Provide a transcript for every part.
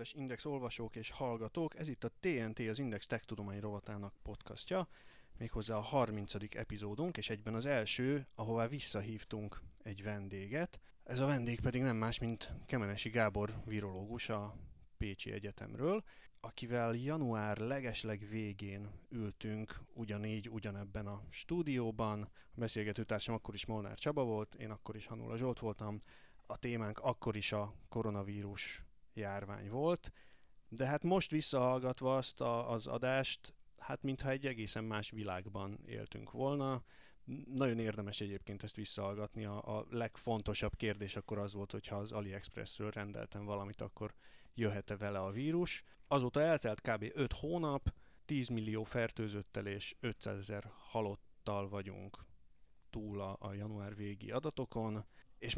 Kedves Index olvasók és hallgatók, ez itt a TNT, az Index Tech-tudomány rovatának podcastja, méghozzá a 30. epizódunk, és egyben az első, ahová visszahívtunk egy vendéget. Ez a vendég pedig nem más, mint Kemenesi Gábor virológus a Pécsi Egyetemről, akivel január legesleg végén ültünk ugyanebben a stúdióban. A beszélgetőtársam akkor is Molnár Csaba volt, én akkor is Hanula Zsolt voltam. A témánk akkor is a koronavírus járvány volt, de hát most visszahallgatva azt az adást, hát mintha egy egészen más világban éltünk volna. Nagyon érdemes egyébként ezt visszahallgatni. A legfontosabb kérdés akkor az volt, hogyha az AliExpressről rendeltem valamit, akkor jöhet-e vele a vírus. Azóta eltelt kb. 5 hónap, 10 millió fertőzöttel és 500 000 halottal vagyunk túl a január végi adatokon, és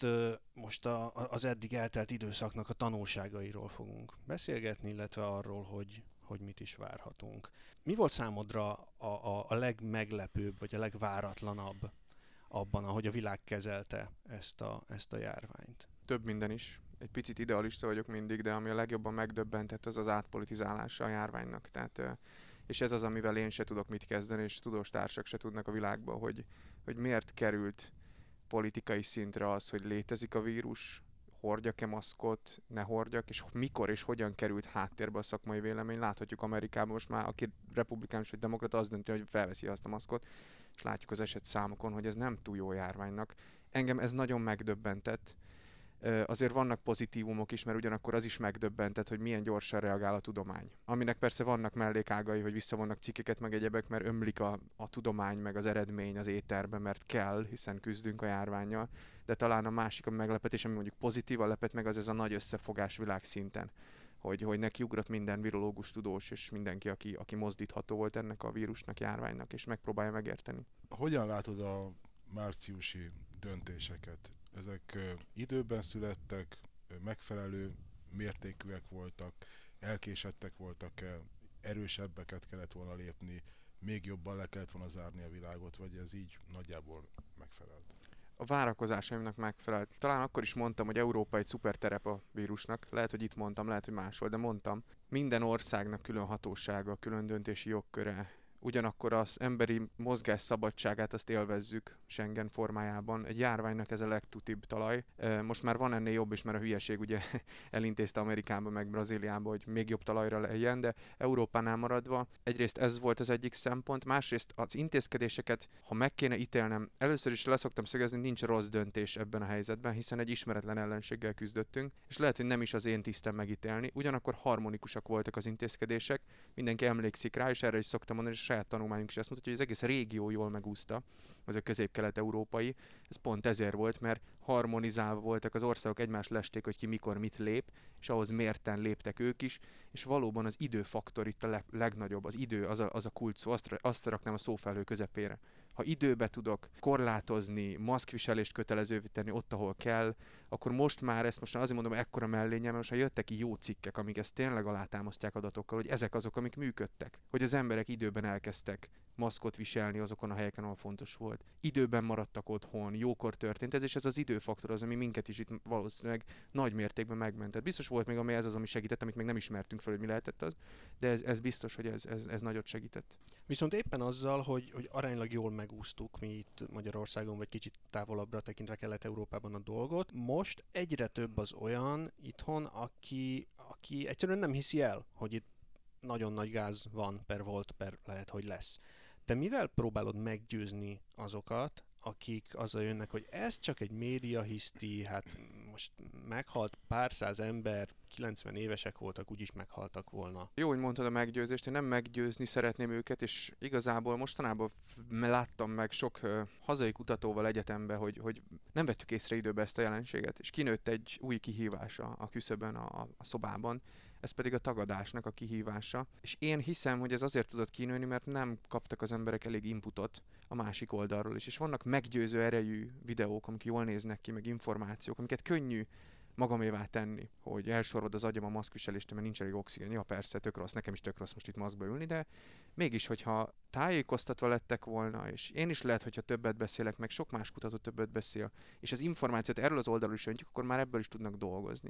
most az eddig eltelt időszaknak a tanulságairól fogunk beszélgetni, illetve arról, hogy mit is várhatunk. Mi volt számodra a legmeglepőbb, vagy a legváratlanabb abban, ahogy a világ kezelte ezt a járványt? Több minden is. Egy picit idealista vagyok mindig, de ami a legjobban megdöbbentett, az az átpolitizálása a járványnak. Tehát, és ez az, amivel én se tudok mit kezdeni, és tudós társak se tudnak a világban, hogy miért került politikai szintre az, hogy létezik a vírus, hordjak-e maszkot, ne hordjak, és mikor és hogyan került háttérbe a szakmai vélemény. Láthatjuk Amerikában most már, aki republikánus vagy demokrata, az dönti, hogy felveszi azt a maszkot, és látjuk az eset számokon, hogy ez nem túl jó járványnak. Engem ez nagyon megdöbbentett. Azért vannak pozitívumok is, mert ugyanakkor az is megdöbbentett, hogy milyen gyorsan reagál a tudomány. Aminek persze vannak mellékágai, hogy visszavonnak cikkeket, meg egyebek, mert ömlik a tudomány, meg az eredmény az éterbe, mert kell, hiszen küzdünk a járvánnyal. De talán a másik a meglepetés, ami mondjuk pozitívan lepett meg, az ez a nagy összefogás világszinten. Hogy neki ugrott minden virológus, tudós és mindenki, aki mozdítható volt ennek a vírusnak, járványnak, és megpróbálja megérteni. Hogyan látod a márciusi döntéseket? Ezek időben születtek, megfelelő mértékűek voltak, elkésettek voltak-e, erősebbeket kellett volna lépni, még jobban le kellett volna zárni a világot, vagy ez így nagyjából megfelelt? A várakozásaimnak megfelelt. Talán akkor is mondtam, hogy Európa egy szuperterep a vírusnak. Lehet, hogy itt mondtam, lehet, hogy máshol, de mondtam. Minden országnak külön hatósága, külön döntési jogköre. Ugyanakkor az emberi mozgás szabadságát azt élvezzük Schengen formájában. Egy járványnak ez a legtutibb talaj. Most már van ennél jobb is, mert a hülyeség ugye elintézte Amerikába meg Brazíliába, hogy még jobb talajra legyen, de Európánál maradva egyrészt ez volt az egyik szempont, másrészt az intézkedéseket, ha meg kéne ítélnem, először is leszoktam szögezni, nincs rossz döntés ebben a helyzetben, hiszen egy ismeretlen ellenséggel küzdöttünk, és lehet, hogy nem is az én tisztem megítélni, ugyanakkor harmonikusak voltak az intézkedések, mindenki emlékszik rá, és erre is szoktam mondani, és a saját tanulmányunk is azt mutatja, hogy az egész régió jól megúszta, az a közép-kelet-európai. Ez pont ezért volt, mert harmonizálva voltak az országok, egymást lesték, hogy ki mikor mit lép, és ahhoz mérten léptek ők is, és valóban az időfaktor itt a legnagyobb. Az idő, az a kult szó, azt raknám a szófelhő közepére. Ha időbe tudok korlátozni, maszkviselést kötelezővé tenni ott, ahol kell, akkor most már azért mondom, ekkora mellényem, mert most már jöttek ki jó cikkek, amik ezt tényleg alátámasztják adatokkal, hogy ezek azok, amik működtek. Hogy az emberek időben elkezdtek maszkot viselni azokon a helyeken, ahol fontos volt. Időben maradtak otthon, jókor történt ez, és ez az időfaktor az, ami minket is itt valószínűleg nagy mértékben megmentett. Biztos volt még, ami segített, amit még nem ismertünk fel, hogy mi lehetett az, de ez biztos, hogy ez nagyot segített. Viszont éppen azzal, hogy aránylag jól megúsztuk mi itt Magyarországon, vagy kicsit távolabbra tekintve Kelet-Európában a dolgot, most egyre több az olyan itthon, aki egyszerűen nem hiszi el, hogy itt nagyon nagy gáz van, volt, lehet, hogy lesz. Te mivel próbálod meggyőzni azokat, akik azzal jönnek, hogy ez csak egy médiahiszti, hát most meghalt pár száz ember, 90 évesek voltak, úgyis meghaltak volna. Jó, hogy mondtad a meggyőzést, én nem meggyőzni szeretném őket, és igazából mostanában láttam meg sok hazai kutatóval egyetembe, hogy nem vettük észre időbe ezt a jelenséget, és kinőtt egy új kihívás a küszöbön, a szobában, ez pedig a tagadásnak a kihívása. És én hiszem, hogy ez azért tudott kinőni, mert nem kaptak az emberek elég inputot a másik oldalról is. És vannak meggyőző erejű videók, amik jól néznek ki, meg információk, amiket könnyű magamévá tenni, hogy elsorvad az agyam a maszkviselést, mert nincs elég oxigén. Ja, persze, tök rossz, nekem is tök rossz most itt maszkba ülni, de mégis, hogyha tájékoztatva lettek volna, és én is lehet, hogyha többet beszélek, meg sok más kutató többet beszél, és az információt erről az oldalról is öntjük, akkor már ebből is tudnak dolgozni.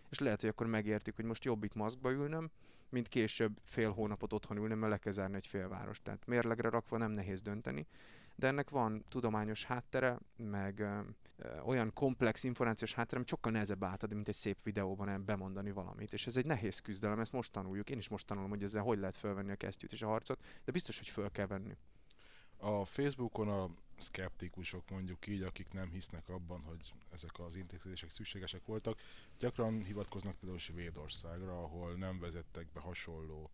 és lehet, hogy akkor megértik, hogy most jobb itt maszkba ülnöm, mint később fél hónapot otthon ülnöm, mert le kell zárni egy félvárost. Tehát mérlegre rakva nem nehéz dönteni, de ennek van tudományos háttere, meg olyan komplex információs háttere, amit sokkal nehezebb átadni, mint egy szép videóban bemondani valamit. És ez egy nehéz küzdelem, ezt most tanuljuk. Én is most tanulom, hogy ezzel hogy lehet felvenni a kesztyűt és a harcot, de biztos, hogy föl kell venni. A Facebookon a szkeptikusok, mondjuk így, akik nem hisznek abban, hogy ezek az intézkedések szükségesek voltak, gyakran hivatkoznak például Svédországra, ahol nem vezettek be hasonló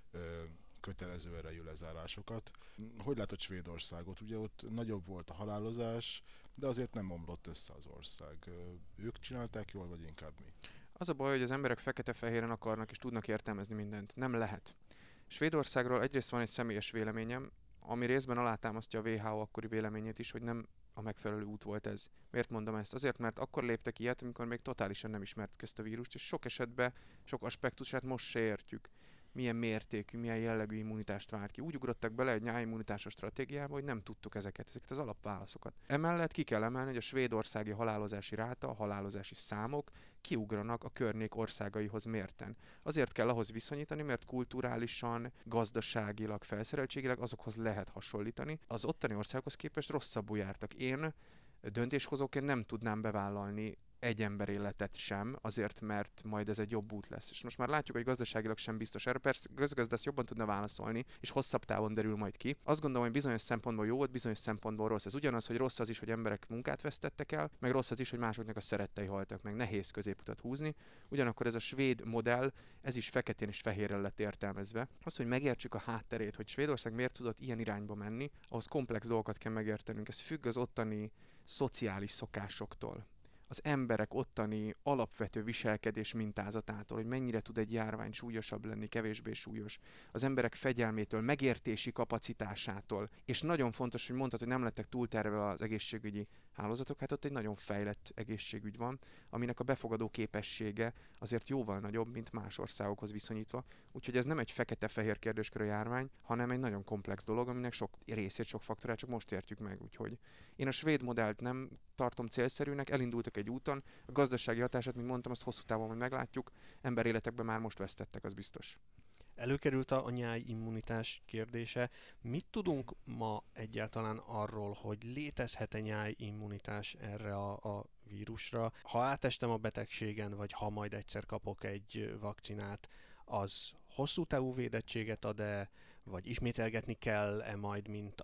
kötelező erejű lezárásokat. Hogy látod Svédországot? Ugye ott nagyobb volt a halálozás, de azért nem omlott össze az ország. Ők csinálták jól, vagy inkább mi? Az a baj, hogy az emberek fekete-fehéren akarnak és tudnak értelmezni mindent. Nem lehet. Svédországról egyrészt van egy személyes véleményem, ami részben alátámasztja a WHO akkori véleményét is, hogy nem a megfelelő út volt ez. Miért mondom ezt? Azért, mert akkor léptek ilyet, amikor még totálisan nem ismertük ezt a vírust, és sok esetben, sok aspektusát most se értjük. Milyen mértékű, milyen jellegű immunitást vált ki. Úgy ugrottak bele egy nyáimmunitásos stratégiába, hogy nem tudtuk ezeket az alapválaszokat. Emellett ki kell emelni, hogy a svédországi halálozási ráta, a halálozási számok kiugranak a környék országaihoz mérten. Azért kell ahhoz viszonyítani, mert kulturálisan, gazdaságilag, felszereltségileg azokhoz lehet hasonlítani. Az ottani országhoz képest rosszabbul jártak. Én döntéshozóként nem tudnám bevállalni egy ember életet sem, azért, mert majd ez egy jobb út lesz. És most már látjuk, hogy gazdaságilag sem biztos. Erre persze közgazdász jobban tudna válaszolni, és hosszabb távon derül majd ki. Azt gondolom, hogy bizonyos szempontból jó volt, bizonyos szempontból rossz. Ez ugyanaz, hogy rossz az is, hogy emberek munkát vesztettek el, meg rossz az is, hogy másoknak a szerettei haltak meg. Nehéz középutat húzni. Ugyanakkor ez a svéd modell, ez is feketén és fehérrel lett értelmezve. Az, hogy megértsük a hátterét, hogy Svédország miért tudott ilyen irányba menni, ahhoz komplex dolgokat kell megértenünk. Ez függ az ottani szociális szokásoktól, az emberek ottani alapvető viselkedés mintázatától, hogy mennyire tud egy járvány súlyosabb lenni, kevésbé súlyos, az emberek fegyelmétől, megértési kapacitásától, és nagyon fontos, hogy mondtad, hogy nem lettek túlterve az egészségügyi hálózatok, hát ott egy nagyon fejlett egészségügy van, aminek a befogadó képessége azért jóval nagyobb, mint más országokhoz viszonyítva, úgyhogy ez nem egy fekete-fehér kérdéskör a járvány, hanem egy nagyon komplex dolog, aminek sok részét, sok faktorát csak most értjük meg, úgyhogy én a svéd modellt nem tartom célszerűnek, elindultak egy úton, a gazdasági hatását, mint mondtam, azt hosszú távon majd meglátjuk, emberéletekben már most vesztettek, az biztos. Előkerült a nyájimmunitás kérdése. Mit tudunk ma egyáltalán arról, hogy létezhet-e nyájimmunitás erre a vírusra? Ha átestem a betegségen, vagy ha majd egyszer kapok egy vakcinát, az hosszú távú védettséget ad-e, vagy ismételgetni kell-e majd, mint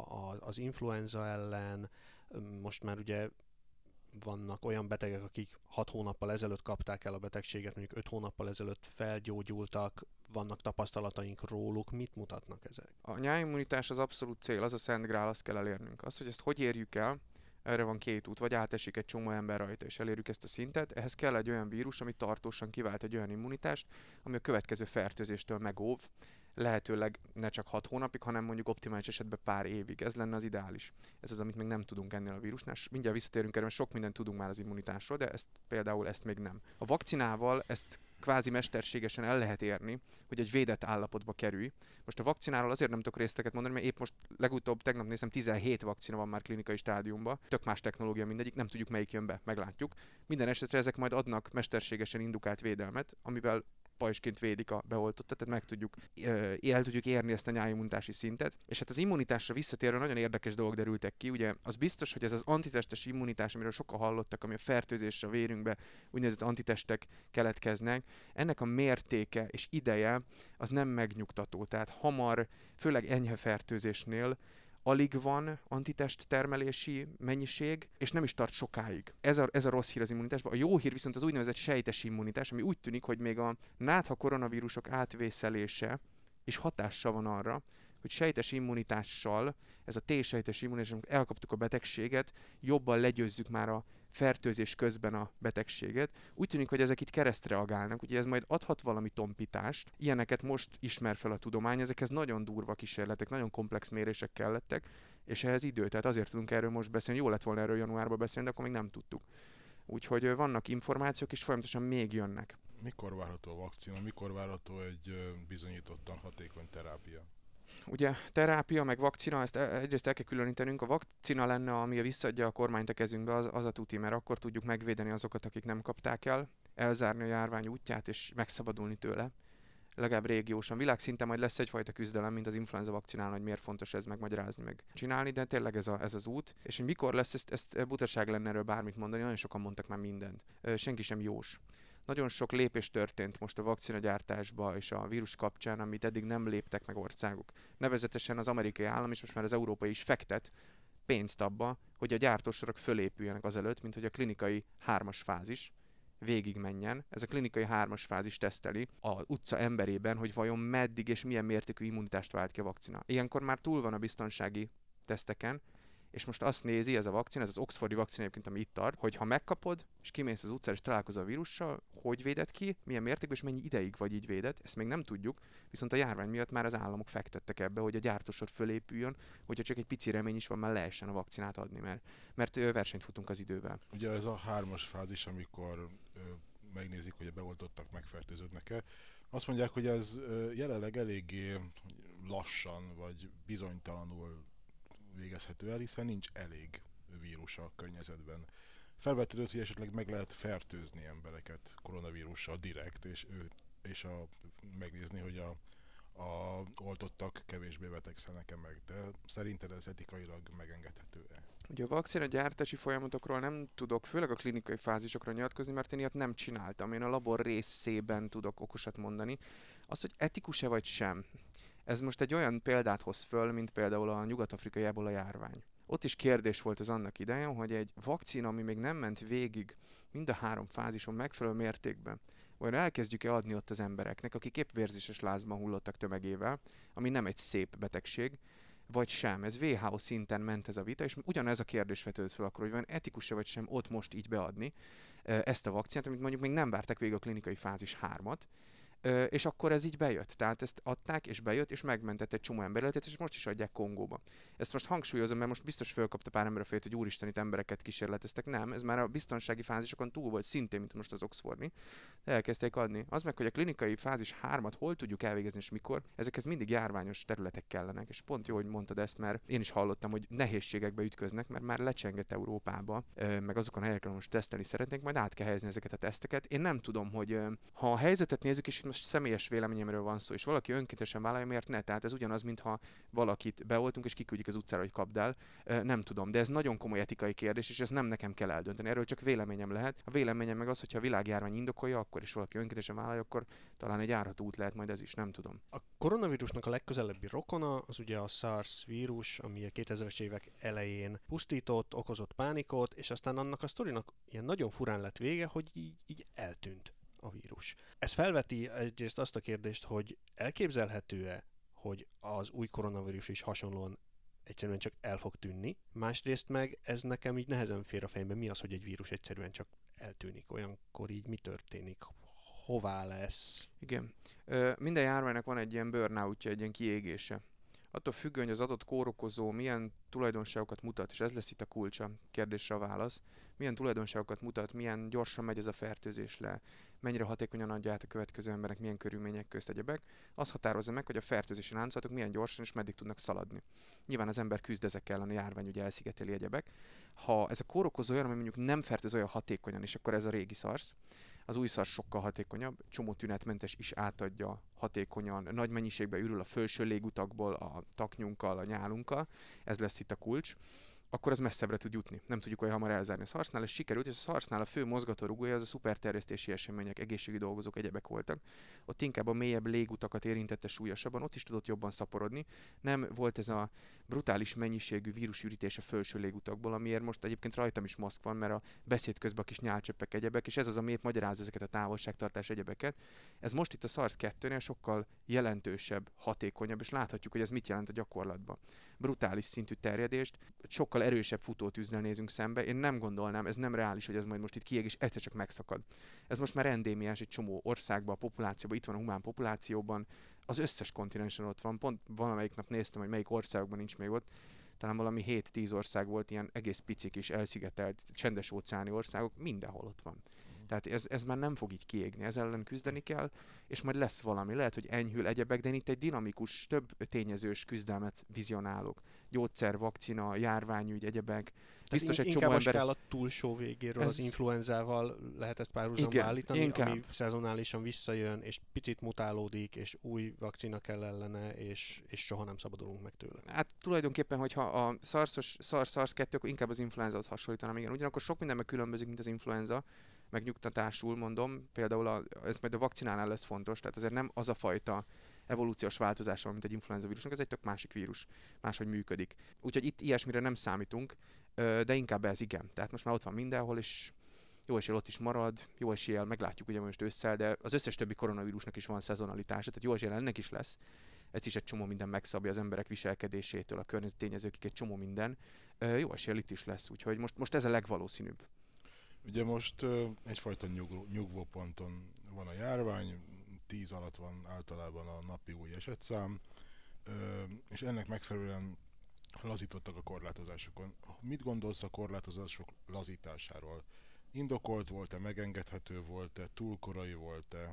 az influenza ellen? Most már ugye vannak olyan betegek, akik 6 hónappal ezelőtt kapták el a betegséget, mondjuk 5 hónappal ezelőtt felgyógyultak, vannak tapasztalataink róluk, mit mutatnak ezek? A nyájimmunitás az abszolút cél, az a szent grál, azt kell elérnünk. Az, hogy ezt hogy érjük el, erre van két út, vagy átesik egy csomó ember rajta, és elérjük ezt a szintet. Ehhez kell egy olyan vírus, ami tartósan kivált egy olyan immunitást, ami a következő fertőzéstől megóv, lehetőleg ne csak 6 hónapig, hanem mondjuk optimális esetben pár évig. Ez lenne az ideális. Ez az, amit még nem tudunk ennél a vírusnál. Mindjárt visszatérünk erre, mert sok mindent tudunk már az immunitásról, de például ezt még nem. A vakcinával ezt kvázi mesterségesen el lehet érni, hogy egy védett állapotba kerülj. Most a vakcináról azért nem tudok részleteket mondani, mert épp most legutóbb tegnap nézem, 17 vakcina van már klinikai stádiumban. Tök más technológia mindegyik, nem tudjuk melyik jön be, meglátjuk. Minden esetre ezek majd adnak mesterségesen indukált védelmet, amivel pajsként védik a beoltottat, tehát el tudjuk érni ezt a nyájimmunitási szintet. És hát az immunitásra visszatérve nagyon érdekes dolgok derültek ki. Ugye az biztos, hogy ez az antitestes immunitás, amiről sokan hallottak, ami a fertőzésre a vérünkbe úgynevezett antitestek keletkeznek, ennek a mértéke és ideje az nem megnyugtató. Tehát hamar, főleg enyhe fertőzésnél alig van antitest termelési mennyiség, és nem is tart sokáig. Ez a rossz hír az immunitásban. A jó hír viszont az úgynevezett sejtes immunitás, ami úgy tűnik, hogy még a nátha koronavírusok átvészelése is hatással van arra, hogy sejtes immunitással, ez a T-sejtes immunitás, amikor elkaptuk a betegséget, jobban legyőzzük már a fertőzés közben a betegséget. Úgy tűnik, hogy ezek itt keresztreagálnak, ugye ez majd adhat valami tompítást. Ilyeneket most ismer fel a tudomány, ezekhez nagyon durva kísérletek, nagyon komplex mérések kellettek, és ehhez idő, tehát azért tudunk erről most beszélni. Jó lett volna erről januárban beszélni, de akkor még nem tudtuk. Úgyhogy vannak információk, és folyamatosan még jönnek. Mikor várható a vakcina, mikor várható egy bizonyítottan hatékony terápia? Ugye terápia, meg vakcina, ezt egyrészt el kell különítenünk. A vakcina lenne, ami visszaadja a kormányt a kezünkbe, az a tuti, mert akkor tudjuk megvédeni azokat, akik nem kapták el. elzárni a járvány útját és megszabadulni tőle. Legalább régiósan. Világszinten majd lesz egyfajta küzdelem, mint az influenza vakcinál, hogy miért fontos ez megmagyarázni, meg csinálni, de tényleg ez az út. És hogy mikor lesz, ezt butaság lenne erről bármit mondani, nagyon sokan mondtak már mindent. Senki sem jós. Nagyon sok lépés történt most a vakcinagyártásba és a vírus kapcsán, amit eddig nem léptek meg országok. Nevezetesen az amerikai állam és most már az európai is fektet pénzt abba, hogy a gyártósorok fölépüljenek azelőtt, mint hogy a klinikai 3-as fázis végig menjen. Ez a klinikai 3-as fázis teszteli az utca emberében, hogy vajon meddig és milyen mértékű immunitást vált ki a vakcina. Ilyenkor már túl van a biztonsági teszteken, és most azt nézi ez a vakcina, ez az Oxfordi vakcina egyébként, ami itt tart, hogy ha megkapod, és kimész az utcára, és találkozol a vírussal, hogy véded ki, milyen mértékben, és mennyi ideig vagy így védett, ezt még nem tudjuk, viszont a járvány miatt már az államok fektettek ebbe, hogy a gyártósor fölépüljön, hogyha csak egy pici remény is van, már lehessen a vakcinát adni, mert versenyt futunk az idővel. Ugye ez a 3-as fázis, amikor megnézik, hogy a beoltottak megfertőződnek-e. Azt mondják, hogy ez jelenleg eléggé lassan vagy bizonytalanul végezhető el, hiszen nincs elég vírus a környezetben. Felvetődött, hogy esetleg meg lehet fertőzni embereket koronavírussal direkt, és megnézni, hogy a oltottak kevésbé betegszenek-e meg. De szerinted ez etikailag megengedhető-e? Ugye a vakcinagyártási folyamatokról nem tudok, főleg a klinikai fázisokról nyilatkozni, mert én ilyet nem csináltam. Én a labor részében tudok okosat mondani. Az, hogy etikus-e vagy sem, ez most egy olyan példát hoz föl, mint például a nyugat-afrikai ebola járvány. Ott is kérdés volt az annak idején, hogy egy vakcina, ami még nem ment végig mind a 3 fázison megfelelő mértékben, vagy elkezdjük-e adni ott az embereknek, akik épp vérzéses lázban hullottak tömegével, ami nem egy szép betegség, vagy sem. Ez WHO szinten ment ez a vita, és ugyanez a kérdés vetődött fel akkor, hogy van etikus-e vagy sem ott most így beadni ezt a vakcinát, amit mondjuk még nem vártak végig a klinikai fázis 3-at, és akkor ez így bejött. Tehát ezt adták, és bejött, és megmentett egy csomó ember életét, és most is adják Kongóba. Ezt most hangsúlyozom, mert most biztos fölkapta pár ember a fejét, hogy úristen, itt embereket kísérleteztek. Nem, ez már a biztonsági fázisokon túl volt, szintén, mint most az Oxfordi. Elkezdték adni. Az meg, hogy a klinikai fázis 3-at hol tudjuk elvégezni, és mikor, ezekhez mindig járványos területek kellenek. És pont jó, hogy mondtad ezt, mert én is hallottam, hogy nehézségekbe ütköznek, mert már lecsengett Európába, meg azokon a helyeken most tesztelni szeretnék, majd át kell helyezni ezeket a teszteket. Én nem tudom, hogy ha a helyzetet nézzük, és most személyes véleményemről van szó, és valaki önkéntesen vállalja, miért ne? Tehát ez ugyanaz, mintha valakit beoltunk, és kiküldjük az utcára, hogy kapd el. Nem tudom, de ez nagyon komoly etikai kérdés, és ez nem nekem kell eldönteni. Erről csak véleményem lehet. A véleményem meg az, hogyha a világjárvány indokolja, akkor is valaki önkéntesen vállalja, akkor talán egy járható út lehet majd ez is, nem tudom. A koronavírusnak a legközelebbi rokona az ugye a SARS vírus, ami a 2000-es évek elején pusztított, okozott pánikot, és aztán annak a sztorinak ilyen nagyon furán lett vége, hogy így eltűnt a vírus. Ez felveti egyrészt azt a kérdést, hogy elképzelhető-e, hogy az új koronavírus is hasonlóan egyszerűen csak el fog tűnni. Másrészt meg ez nekem így nehezen fér a fejembe, mi az, hogy egy vírus egyszerűen csak eltűnik. Olyankor így mi történik? Hová lesz? Igen. Minden járványnak van egy ilyen burnoutja, egy ilyen kiégése. Attól függően, hogy az adott kórokozó milyen tulajdonságokat mutat, és ez lesz itt a kulcsa, kérdésre a válasz, milyen tulajdonságokat mutat, milyen gyorsan megy ez a fertőzés le, mennyire hatékonyan adja át a következő emberek, milyen körülmények közt egyebek, az határozza meg, hogy a fertőzési láncolatok milyen gyorsan és meddig tudnak szaladni. Nyilván az ember küzd ezek ellen, a járvány ugye elszigeteli egyebek. Ha ez a kórokozó olyan, ami mondjuk nem fertőz olyan hatékonyan, és akkor ez a régi SARS, az új SARS sokkal hatékonyabb, csomó tünetmentes is átadja hatékonyan, nagy mennyiségben ürül a felső légutakból, a taknyunkkal, a nyálunkkal, ez lesz itt a kulcs, akkor az messzebbre tud jutni. Nem tudjuk olyan hamar elzárni a SARS-nál, és sikerült, és a SARS-nál a fő mozgatórugója az a szuperterjesztési események, egészségügyi dolgozók, egyebek voltak. Ott inkább a mélyebb légutakat érintette súlyosabban, ott is tudott jobban szaporodni. Nem volt ez a brutális mennyiségű vírusürítés a felső légutakból, amiért most egyébként rajtam is maszk van, mert a beszéd közben a kis nyálcsöppek, egyebek, és ez az, ami épp magyaráz ezeket a távolságtartás egyebeket. Ez most itt a SARS-2-nél sokkal jelentősebb, hatékonyabb, és láthatjuk, hogy ez mit jelent a gyakorlatban. Brutális szintű terjedést, sokkal erősebb futótűzzel nézünk szembe. Én nem gondolnám, ez nem reális, hogy ez majd most itt kiég, és egyszer csak megszakad. Ez most már endémiás egy csomó országban, a populációban, itt van a humán populációban, az összes kontinensen ott van. Pont valamelyik nap néztem, hogy melyik országban nincs még ott. Talán valami 7-10 ország volt, ilyen egész picik is elszigetelt, csendes óceáni országok, mindenhol ott van. Tehát ez már nem fog így kiégni, ezzel ellen küzdeni kell, és majd lesz valami. Lehet, hogy enyhül egyebek, de én itt egy dinamikus, több tényezős küzdelmet vizionálok. Gyógyszer, vakcina, járványügy, egyebek. Biztos egy csomó inkább emberek... a skála túlsó végéről az influenzával lehet ezt párhuzamba állítani, inkább. Ami szezonálisan visszajön, és picit mutálódik, és új vakcina kell ellene, és soha nem szabadulunk meg tőle. Hát tulajdonképpen, hogyha a SARS-2, akkor inkább az influenzához hasonlítanám, igen. Ugyanakkor sok mindenben különbözik, mint az influenza, megnyugtatásul mondom, például ez majd a vakcinánál lesz fontos, tehát azért nem az a fajta evolúciós változás van, mint egy influenza vírusnak, ez egy tök másik vírus, máshogy működik. Úgyhogy itt ilyesmire nem számítunk, de inkább ez igen. Tehát most már ott van mindenhol, és jó eséllyel ott is marad, jó eséllyel meglátjuk ugye most ősszel, de az összes többi koronavírusnak is van szezonalitása, tehát jó eséllyel ennek is lesz. Ez is egy csomó minden megszabja az emberek viselkedésétől, a környezeti tényezőkig egy csomó minden. Jó eséllyel itt is lesz, úgyhogy most ez a legvalószínűbb. Ugye most egyfajta nyugvóponton van a járvány, 10 alatt van általában a napi új esetszám, és ennek megfelelően lazítottak a korlátozásokon. Mit gondolsz a korlátozások lazításáról? Indokolt volt-e, megengedhető volt-e, túl korai volt-e,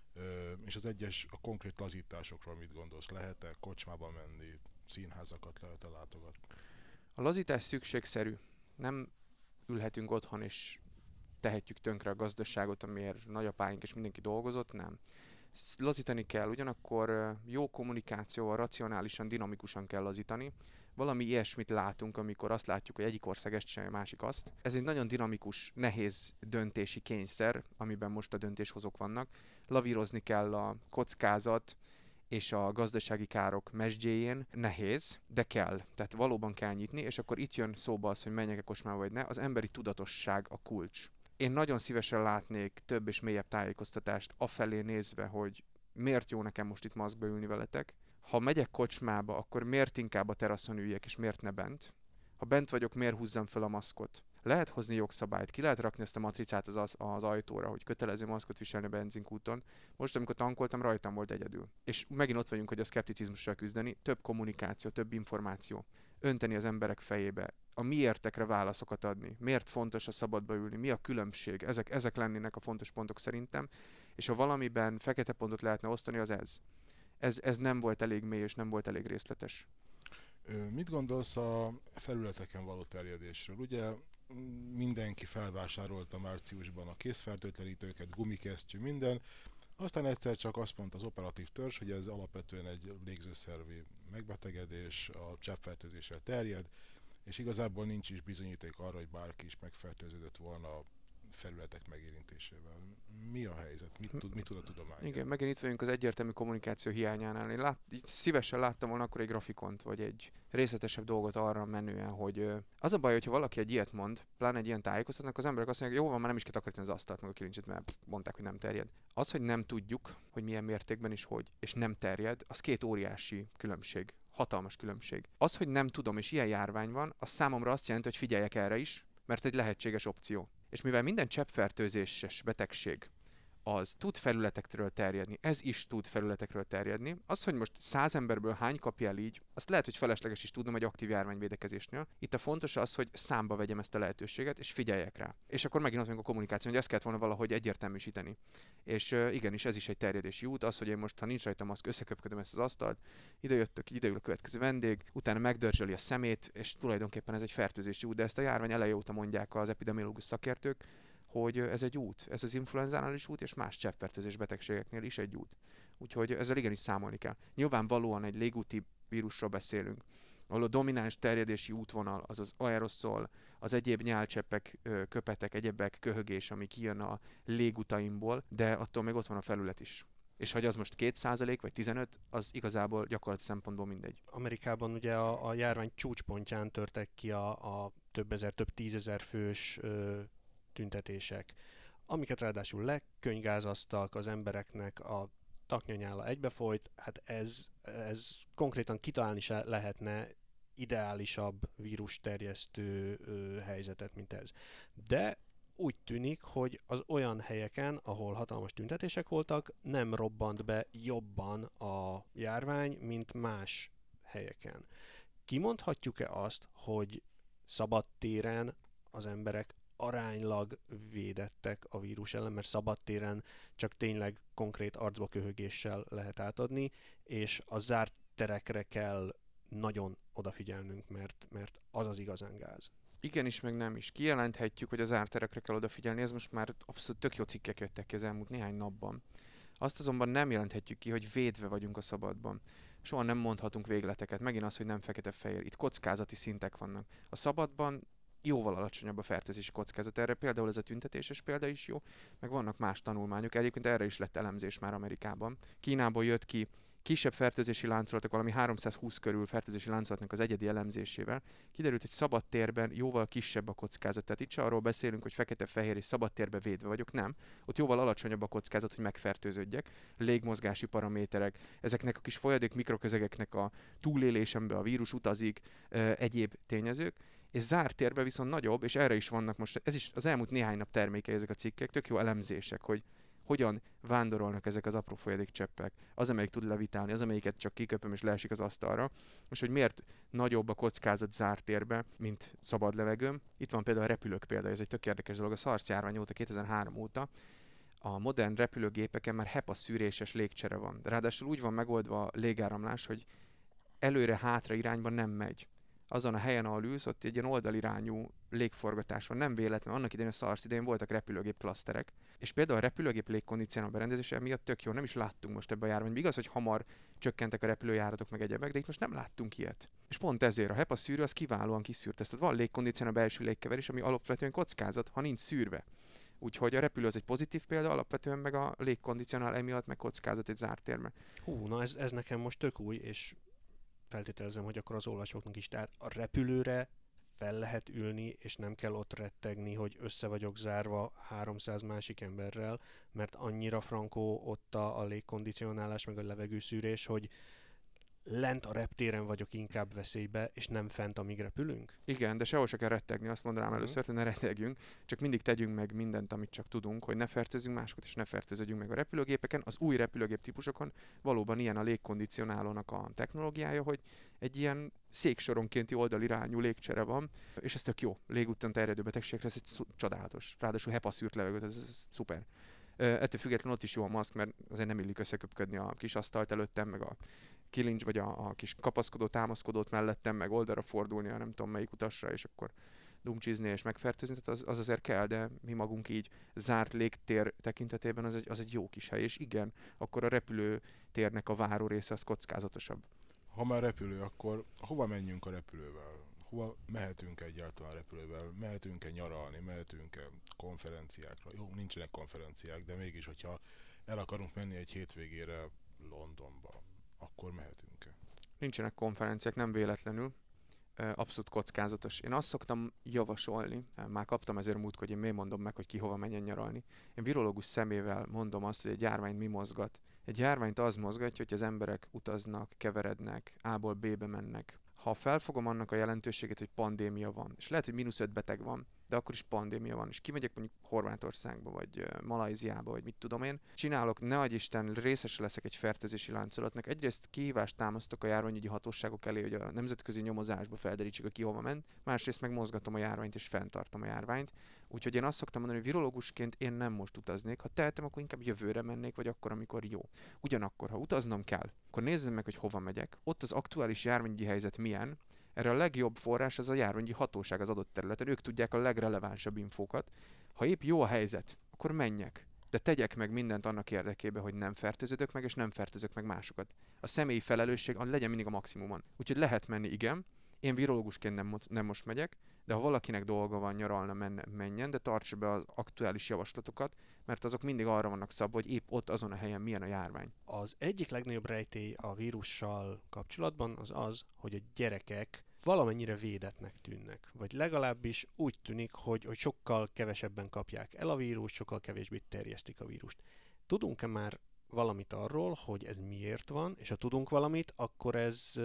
és az egyes, a konkrét lazításokról mit gondolsz? Lehet-e kocsmába menni, színházakat lehet-e látogatni? A lazítás szükségszerű. Nem ülhetünk otthon és tehetjük tönkre a gazdaságot, amiért nagyapáink és mindenki dolgozott, nem. Lazítani kell, ugyanakkor jó kommunikációval, racionálisan, dinamikusan kell lazítani. Valami ilyesmit látunk, amikor azt látjuk, hogy egyik ország ezt csinálja, a másik azt. Ez egy nagyon dinamikus, nehéz döntési kényszer, amiben most a döntéshozók vannak. Lavírozni kell a kockázat és a gazdasági károk mezsdjéjén. Nehéz, de kell. Tehát valóban kell nyitni, és akkor itt jön szóba az, hogy menjek-e kocsmába vagy ne. Az emberi tudatosság a kulcs. Én nagyon szívesen látnék több és mélyebb tájékoztatást afelé nézve, hogy miért jó nekem most itt maszkba ülni veletek. Ha megyek kocsmába, akkor miért inkább a teraszon üljek, és miért ne bent? Ha bent vagyok, miért húzzam fel a maszkot? Lehet hozni jogszabályt, ki lehet rakni ezt a matricát az ajtóra, hogy kötelező maszkot viselni a benzinkúton. Most, amikor tankoltam, rajtam volt egyedül. És megint ott vagyunk, hogy a szkepticizmussal küzdeni, több kommunikáció, több információ. Önteni az emberek fejébe, a miértekre válaszokat adni, miért fontos a szabadba ülni, mi a különbség, ezek lennének a fontos pontok szerintem, és ha valamiben fekete pontot lehetne osztani, az ez. Ez nem volt elég mély, és nem volt elég részletes. Mit gondolsz a felületeken való terjedésről? Ugye mindenki felvásárolta márciusban a készfertőtlenítőket, gumikesztyű, minden, aztán egyszer csak azt mondta az operatív törzs, hogy ez alapvetően egy légzőszervi megbetegedés, a cseppfertőzéssel terjed, és igazából nincs is bizonyíték arra, hogy bárki is megfertőződött volna a felületek megérintésével. Mi a helyzet? Mit tud a tudomány? Igen, megint itt vagyunk az egyértelmű kommunikáció hiányánál. Én szívesen láttam volna akkor egy grafikont, vagy egy részletesebb dolgot arra menően, hogy az a baj, hogyha valaki egy ilyet mond, pláne egy ilyen tájékoztatnak, az emberek azt mondják, jó van, már nem is kell takarítani az asztalt, meg a kilincset, mert mondták, hogy nem terjed. Az, hogy nem tudjuk, hogy milyen mértékben is hogy, és nem terjed, az két óriási különbség. Hatalmas különbség. Az, hogy nem tudom, és ilyen járvány van, az számomra azt jelenti, hogy figyeljek erre is, mert egy lehetséges opció. És mivel minden cseppfertőzéses betegség az tud felületekről terjedni, ez is tud felületekről terjedni. Az, hogy most 100 emberből hány kapja el így, azt lehet, hogy felesleges is tudnom egy aktív járványvédekezésnél. Itt a fontos az, hogy számba vegyem ezt a lehetőséget, és figyeljek rá. És akkor megint ott vagyunk a kommunikáció, hogy ezt kellett volna valahogy egyértelműsíteni. És igenis, ez is egy terjedési út, az, hogy én most, ha nincs rajta maszk, összeköpködöm ezt az asztalt, ide ül a következő vendég, utána megdörzsöli a szemét, és tulajdonképpen ez egy fertőzési út, de ezt a járvány eleje óta mondják az epidemiológus szakértők, hogy ez egy út, ez az influenzánál is út, és más cseppfertőzés betegségeknél is egy út. Úgyhogy ezzel igenis számolni kell. Nyilvánvalóan egy légúti vírusról beszélünk, ahol a domináns terjedési útvonal, az az aeroszol, az egyéb nyálcseppek, köpetek, egyebek, köhögés, ami kijön a légutaimból, de attól még ott van a felület is. És hogy az most 2% vagy 15%, az igazából gyakorlati szempontból mindegy. Amerikában ugye a járvány csúcspontján törtek ki a több ezer, több tízezer fős tüntetések, amiket ráadásul lekönygázaztak az embereknek, a taknyanyála egybefolyt, hát ez konkrétan kitalálni se lehetne ideálisabb vírusterjesztő helyzetet, mint ez. De úgy tűnik, hogy az olyan helyeken, ahol hatalmas tüntetések voltak, nem robbant be jobban a járvány, mint más helyeken. Kimondhatjuk-e azt, hogy szabadtéren az emberek aránylag védettek a vírus ellen, mert szabadtéren csak tényleg konkrét arcba köhögéssel lehet átadni, és a zárt terekre kell nagyon odafigyelnünk, mert az az igazán gáz. Igenis, meg nem is. Kijelenthetjük, hogy az zárt terekre kell odafigyelni, ez most már abszolút tök jó cikkek jöttek ki az elmúlt néhány napban. Azt azonban nem jelenthetjük ki, hogy védve vagyunk a szabadban. Soha nem mondhatunk végleteket, megint az, hogy nem fekete-fehér. Itt kockázati szintek vannak. A szabadban jóval alacsonyabb a fertőzési kockázat. Erre például ez a tüntetéses példa is jó, meg vannak más tanulmányok. Egyébként erre is lett elemzés már Amerikában. Kínából jött ki kisebb fertőzési láncolatok, valami 320 körül fertőzési láncolatnak az egyedi elemzésével. Kiderült, hogy szabad térben jóval kisebb a kockázat. Tehát itt se arról beszélünk, hogy fekete-fehér és szabad térben védve vagyok, nem. Ott jóval alacsonyabb a kockázat, hogy megfertőződjek. Légmozgási paraméterek, ezeknek a kis folyadék mikroközegeknek a túlélésembe a vírus utazik, egyéb tényezők. És zárt térben viszont nagyobb, és erre is vannak most, ez is az elmúlt néhány nap termékei ezek a cikkek, tök jó elemzések, hogy hogyan vándorolnak ezek az apró folyadékcseppek. Az, amelyik tud levitálni, az, amelyiket csak kiköpöm és leesik az asztalra, és hogy miért nagyobb a kockázat zárt térbe, mint szabad levegőm. Itt van például a repülők példája, ez egy tök érdekes dolog. A SARS járvány óta, 2003 óta a modern repülőgépeken már HEPA szűréses légcsere van. Ráadásul úgy van megoldva a légáramlás, hogy előre-hátra irányban nem megy. Azon a helyen, ahol ülsz, ott egy ilyen oldalirányú légforgatás van. Nem véletlen, annak idején a SARS idején voltak repülőgép klaszterek, és például a repülőgép légkondicionáló berendezése miatt tök jó, nem is láttunk most ebbe a járványban. Igaz, hogy hamar csökkentek a repülőjáratok meg egyebek, de itt most nem láttunk ilyet. És pont ezért a HEPA szűrő az kiválóan kiszűrt ezt. Tehát van légkondicionáló belső légkeverés, ami alapvetően kockázat, ha nincs szűrve. Úgyhogy a repülő az egy pozitív példa, alapvetően meg a légkondicionál emiatt meg kockázat egy zárt térben. Na ez nekem most tök új, és feltételezem, hogy akkor az olvasóknak is. Tehát a repülőre fel lehet ülni, és nem kell ott rettegni, hogy össze vagyok zárva 300 másik emberrel, mert annyira frankó ott a légkondicionálás, meg a levegőszűrés, hogy lent a reptéren vagyok inkább veszélybe, és nem fent, amíg repülünk? Igen, de sehol se kell rettegni, azt mondanám először, hogy ne rettegjünk, csak mindig tegyünk meg mindent, amit csak tudunk, hogy ne fertőzzünk másokat, és ne fertőződjünk meg a repülőgépeken. Az új repülőgép típusokon valóban ilyen a légkondicionálónak a technológiája, hogy egy ilyen széksoronkénti oldalirányú légcsere van, és ez tök jó. Légúton terjedő betegségre ez egy csodálatos. Ráadásul HEPA szűrt levegőt, ez szuper. Ettől függetlenül ott is jó a maszk, mert azért nem illik összeköpködni a kis asztalt előttem, meg a kilincs, vagy a kis kapaszkodó, támaszkodót mellettem, meg oldalra fordulni a nem tudom melyik utasra, és akkor dumcsizni és megfertőzni, tehát az azért kell, de mi magunk így zárt légtér tekintetében az egy jó kis hely, és igen, akkor a repülőtérnek a váró része az kockázatosabb. Ha már repülő, akkor hova menjünk a repülővel? Hova mehetünk egyáltalán a repülővel? Mehetünk-e nyaralni? Mehetünk-e konferenciákra? Jó, nincsenek konferenciák, de mégis, hogyha el akarunk menni egy hétvégére Londonba, akkor mehetünk-e? Nincsenek konferenciák, nem véletlenül. Abszolút kockázatos. Én azt szoktam javasolni, már kaptam ezért múlt, hogy én miért mondom meg, hogy ki hova menjen nyaralni. Én virológus szemével mondom azt, hogy egy járványt mi mozgat. Egy járványt az mozgatja, hogy az emberek utaznak, keverednek, A-ból B-be mennek. Ha felfogom annak a jelentőségét, hogy pandémia van, és lehet, hogy -5 beteg van, de akkor is pandémia van, és kimegyek mondjuk Horvátországba, vagy Malajziába, vagy mit tudom én, csinálok, ne adj Isten, részes leszek egy fertőzési láncolatnak. Egyrészt kihívást támasztok a járványügyi hatóságok elé, hogy a nemzetközi nyomozásba felderítsük, hogy ki hova ment, másrészt meg mozgatom a járványt, és fenntartom a járványt. Úgyhogy én azt szoktam mondani, hogy virológusként én nem most utaznék, ha tehetem, akkor inkább jövőre mennék, vagy akkor, amikor jó. Ugyanakkor, ha utaznom kell, akkor nézzem meg, hogy hova megyek. Ott az aktuális járványügyi helyzet milyen. Erre a legjobb forrás az a járványi hatóság az adott területen, ők tudják a legrelevánsabb infókat. Ha épp jó a helyzet, akkor menjek. De tegyek meg mindent annak érdekében, hogy nem fertőződök meg, és nem fertőzök meg másokat. A személyi felelősség legyen mindig a maximumon. Úgyhogy lehet menni, igen. Én virológusként nem most megyek, de ha valakinek dolga van nyaralna, menjen, de tartsa be az aktuális javaslatokat, mert azok mindig arra vannak szabva, hogy épp ott azon a helyen milyen a járvány. Az egyik legnagyobb rejtély a vírussal kapcsolatban az, hogy a gyerekek valamennyire védetnek tűnnek. Vagy legalábbis úgy tűnik, hogy sokkal kevesebben kapják el a vírust, sokkal kevésbé terjesztik a vírust. Tudunk-e már valamit arról, hogy ez miért van, és ha tudunk valamit, akkor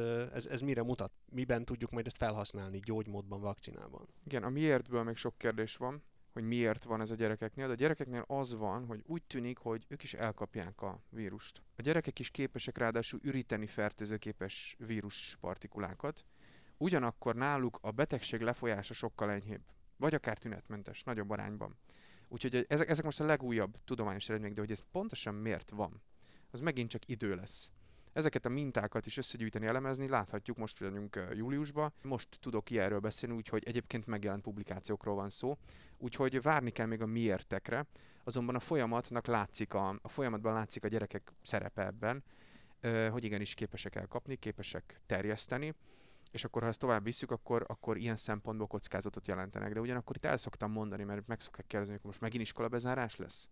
ez mire mutat? Miben tudjuk majd ezt felhasználni gyógymódban, vakcinában? Igen, a miértből még sok kérdés van, hogy miért van ez a gyerekeknél, de a gyerekeknél az van, hogy úgy tűnik, hogy ők is elkapják a vírust. A gyerekek is képesek ráadásul üríteni fertőzőképes víruspartikulákat, ugyanakkor náluk a betegség lefolyása sokkal enyhébb. vagy akár tünetmentes, nagyobb arányban. Úgyhogy ezek most a legújabb tudományos eredmények, de hogy ez pontosan miért van, az megint csak idő lesz. Ezeket a mintákat is összegyűjteni, elemezni, láthatjuk, most vagyunk júliusban. Most tudok ilyenről beszélni, úgyhogy egyébként megjelent publikációkról van szó. Úgyhogy várni kell még a miértekre, azonban a folyamatban látszik a gyerekek szerepe ebben, hogy igenis képesek elkapni, képesek terjeszteni, és akkor ha ezt tovább visszük, akkor ilyen szempontból kockázatot jelentenek. De ugyanakkor itt el szoktam mondani, mert meg szokták kérdezni, hogy most megint iskolabezárás lesz?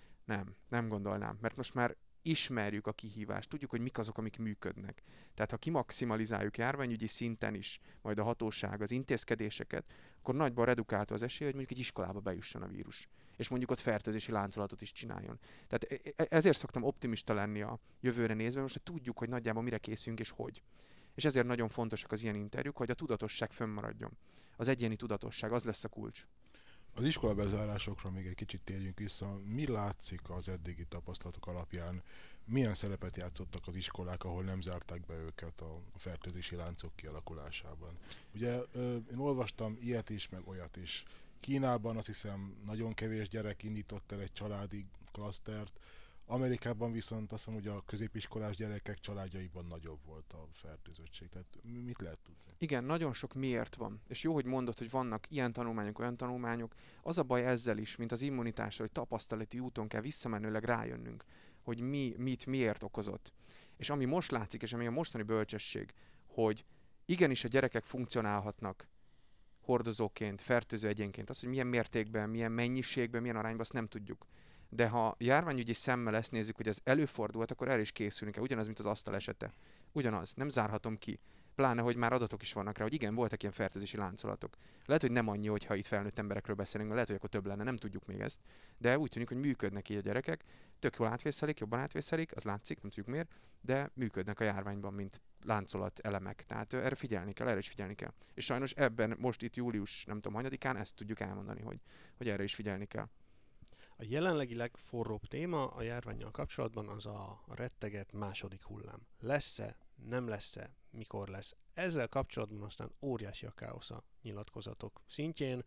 Nem gondolnám, mert most már ismerjük a kihívást, tudjuk, hogy mik azok, amik működnek. Tehát ha kimaximalizáljuk járványügyi szinten is majd a hatóság az intézkedéseket, akkor nagyban redukálta az esély, hogy mondjuk egy iskolába bejusson a vírus. És mondjuk ott fertőzési láncolatot is csináljon. Tehát ezért szoktam optimista lenni a jövőre nézve, most hogy tudjuk, hogy nagyjából mire készülünk és hogy. És ezért nagyon fontosak az ilyen interjúk, hogy a tudatosság fönnmaradjon. Az egyéni tudatosság, az lesz a kulcs. Az iskola bezárásokra még egy kicsit térjünk vissza. Mi látszik az eddigi tapasztalatok alapján? Milyen szerepet játszottak az iskolák, ahol nem zárták be őket a fertőzési láncok kialakulásában? Ugye én olvastam ilyet is, meg olyat is. Kínában azt hiszem nagyon kevés gyerek indított el egy családi klasztert. Amerikában viszont azt hiszem, hogy a középiskolás gyerekek családjaiban nagyobb volt a fertőzöttség. Tehát mit lehet tudni? Igen, nagyon sok miért van. És jó, hogy mondod, hogy vannak ilyen tanulmányok, olyan tanulmányok. Az a baj ezzel is, mint az immunitásra, hogy tapasztalati úton kell visszamenőleg rájönnünk, hogy miért okozott. És ami most látszik, és ami a mostani bölcsesség, hogy igenis a gyerekek funkcionálhatnak hordozóként, fertőző egyénként. Az, hogy milyen mértékben, milyen mennyiségben, milyen arányban, azt nem tudjuk. De ha járványügyi szemmel ezt nézzük, hogy ez előfordulhat, akkor erre is készülünk el. Ugyanaz, mint az asztal esete. Ugyanaz, nem zárhatom ki. Pláne, hogy már adatok is vannak rá, hogy igen, voltak ilyen fertőzési láncolatok. Lehet, hogy nem annyi, hogyha itt felnőtt emberekről beszélünk, lehet, hogy akkor több lenne, nem tudjuk még ezt. De úgy tűnik, hogy működnek így a gyerekek, tök jól átvészelik, jobban átvészelik, az látszik, nem tudjuk miért, de működnek a járványban, mint láncolat elemek. Tehát erre figyelni kell, erre is figyelni kell. És sajnos ebben most itt július, nem tudom, hanyadikán ezt tudjuk elmondani, hogy erre is figyelni kell. A jelenlegi legforróbb téma a járvánnyal kapcsolatban az a retteget második hullám. Lesz-e, nem lesz-e, mikor lesz? Ezzel kapcsolatban aztán óriási a káosz a nyilatkozatok szintjén.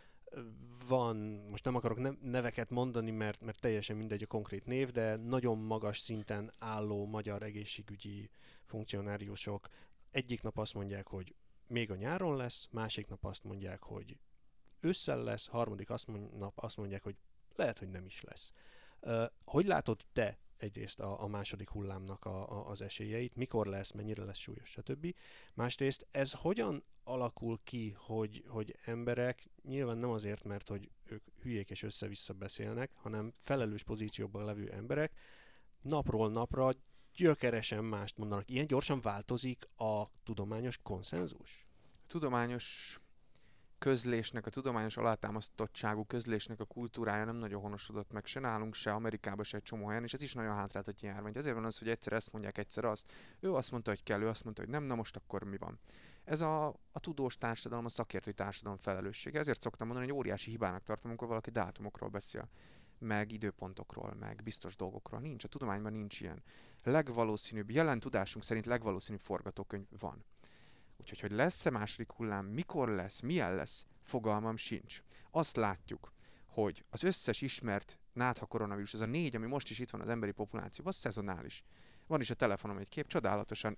Van, most nem akarok neveket mondani, mert teljesen mindegy a konkrét név, de nagyon magas szinten álló magyar egészségügyi funkcionáriusok egyik nap azt mondják, hogy még a nyáron lesz, másik nap azt mondják, hogy ősszel lesz, harmadik nap azt mondják, hogy lehet, hogy nem is lesz. Hogy látod te egyrészt a második hullámnak az esélyeit, mikor lesz, mennyire lesz súlyos, stb. Másrészt ez hogyan alakul ki, hogy emberek, nyilván nem azért, mert hogy ők hülyék és össze-vissza beszélnek, hanem felelős pozícióban levő emberek napról napra gyökeresen mást mondanak. Ilyen gyorsan változik a tudományos konszenzus? Tudományos közlésnek, a tudományos alátámasztottságú közlésnek a kultúrája nem nagyon honosodott meg se nálunk, se Amerikában, se egy csomó helyen, és ez is nagyon hátráltatja a járványt. Ezért van az, hogy egyszer ezt mondják, egyszer azt. Ő azt mondta, hogy kell, ő azt mondta, hogy nem, na most akkor mi van? Ez a tudós társadalom, a szakértői társadalom felelőssége. Ezért szoktam mondani, hogy óriási hibának tartom, amikor valaki dátumokról beszél, meg időpontokról, meg biztos dolgokról. Nincs, a tudományban nincs ilyen. Legvalószínűbb, jelen tudásunk szerint legvalószínűbb forgatókönyv van. Úgyhogy, hogy lesz-e második hullám, mikor lesz, milyen lesz, fogalmam sincs. Azt látjuk, hogy az összes ismert nátha koronavírus, az a 4, ami most is itt van az emberi populációban, az szezonális. Van is a telefonom egy kép, csodálatosan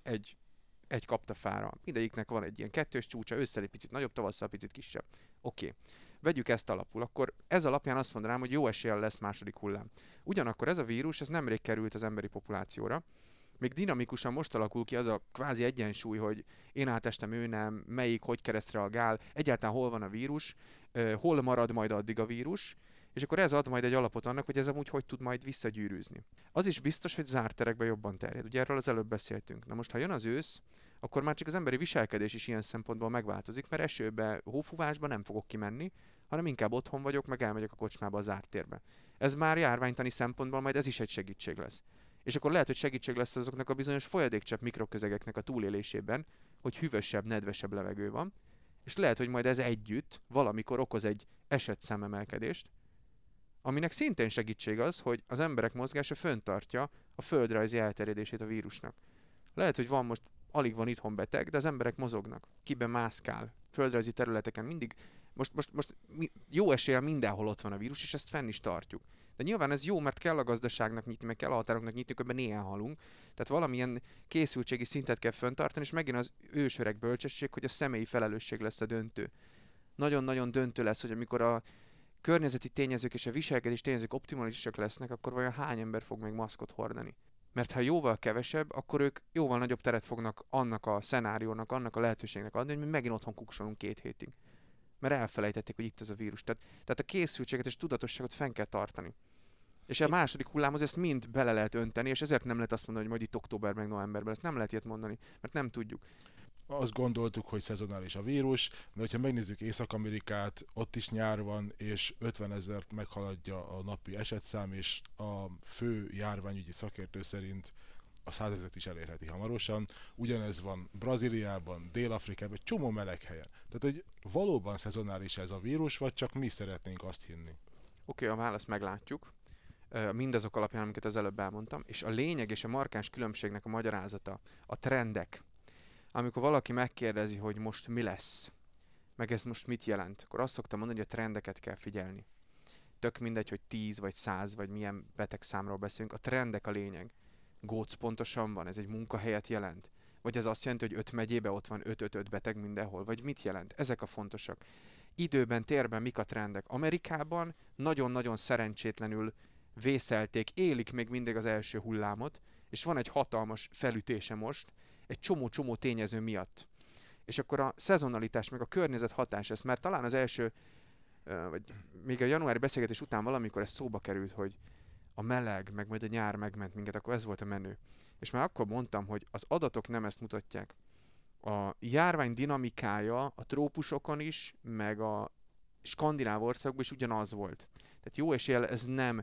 egy kaptafára. Mindegyiknek van egy ilyen kettős csúcsa, ősszel egy picit nagyobb, tavasszal picit kisebb. Oké. Vegyük ezt alapul, akkor ez alapján azt mondanám, hogy jó eséllyel lesz második hullám. Ugyanakkor ez a vírus, ez nemrég került az emberi populációra, még dinamikusan most alakul ki az a kvázi egyensúly, hogy én átestem, ő nem, melyik, hogy keresztreagál, egyáltalán hol van a vírus, hol marad majd addig a vírus, és akkor ez ad majd egy alapot annak, hogy ez amúgy hogy tud majd visszagyűrűzni. Az is biztos, hogy zárt terekben jobban terjed. Ugye erről az előbb beszéltünk. Na most, ha jön az ősz, akkor már csak az emberi viselkedés is ilyen szempontból megváltozik, mert esőbe, hófúvásba nem fogok kimenni, hanem inkább otthon vagyok, meg elmegyek a kocsmába, a zárt térbe. Ez már járványtani szempontból majd ez is egy segítség lesz. És akkor lehet, hogy segítség lesz azoknak a bizonyos folyadékcsepp mikroközegeknek a túlélésében, hogy hűvösebb, nedvesebb levegő van, és lehet, hogy majd ez együtt valamikor okoz egy esetszámemelkedést, aminek szintén segítség az, hogy az emberek mozgása fenntartja a földrajzi elterjedését a vírusnak. Lehet, hogy alig van itthon beteg, de az emberek mozognak. Kiben mászkál, földrajzi területeken mindig Most jó eséllyel mindenhol ott van a vírus, és ezt fenn is tartjuk. De nyilván ez jó, mert kell a gazdaságnak nyitni, meg kell a határoknak nyitni, ebben néha halunk. Tehát valamilyen készültségi szintet kell fenntartani, és megint az ősöreg bölcsesség, hogy a személyi felelősség lesz a döntő. Nagyon-nagyon döntő lesz, hogy amikor a környezeti tényezők és a viselkedés tényezők optimálisak lesznek, akkor vajon hány ember fog még maszkot hordani? Mert ha jóval kevesebb, akkor ők jóval nagyobb teret fognak annak a szenáriónak, annak a lehetőségnek adni, hogy mi megint otthon kuksolunk 2 hétig. Mert elfelejtették, hogy itt ez a vírus. Tehát a készültséget és tudatosságot fenn kell tartani. És a második hullámhoz ezt mind bele lehet önteni, és ezért nem lehet azt mondani, hogy majd itt októberben, meg novemberben. Ezt nem lehet ilyet mondani, mert nem tudjuk. Azt gondoltuk, hogy szezonális a vírus, de hogyha megnézzük Észak-Amerikát, ott is nyár van, és 50 000 meghaladja a napi esetszám, és a fő járványügyi szakértő szerint a 100 000 is elérheti hamarosan. Ugyanez van Brazíliában, Dél-Afrikában, egy csomó meleg helyen. Tehát egy valóban szezonális ez a vírus, vagy csak mi szeretnénk azt hinni? Oké, a választ meglátjuk. Mindazok alapján, amiket az előbb elmondtam, és a lényeg és a markáns különbségnek a magyarázata, a trendek. Amikor valaki megkérdezi, hogy most mi lesz, meg ez most mit jelent, akkor azt szoktam mondani, hogy a trendeket kell figyelni. Tök mindegy, hogy 10 vagy 100 vagy milyen betegszámról beszélünk, a trendek a lényeg. Góc pontosan van, ez egy munkahelyet jelent? Vagy ez azt jelenti, hogy 5 megyébe ott van 5 beteg mindenhol? Vagy mit jelent? Ezek a fontosak. Időben, térben mik a trendek? Amerikában nagyon-nagyon szerencsétlenül vészelték, élik még mindig az első hullámot, és van egy hatalmas felütése most, egy csomó-csomó tényező miatt. És akkor a szezonalitás, meg a környezet hatás ez, mert talán az első, vagy még a januári beszélgetés után valamikor ez szóba került, hogy a meleg, meg majd a nyár megment minket, akkor ez volt a menő. És már akkor mondtam, hogy az adatok nem ezt mutatják. A járvány dinamikája a trópusokon is, meg a skandináv országokban is ugyanaz volt. Tehát jó eséllyel ez nem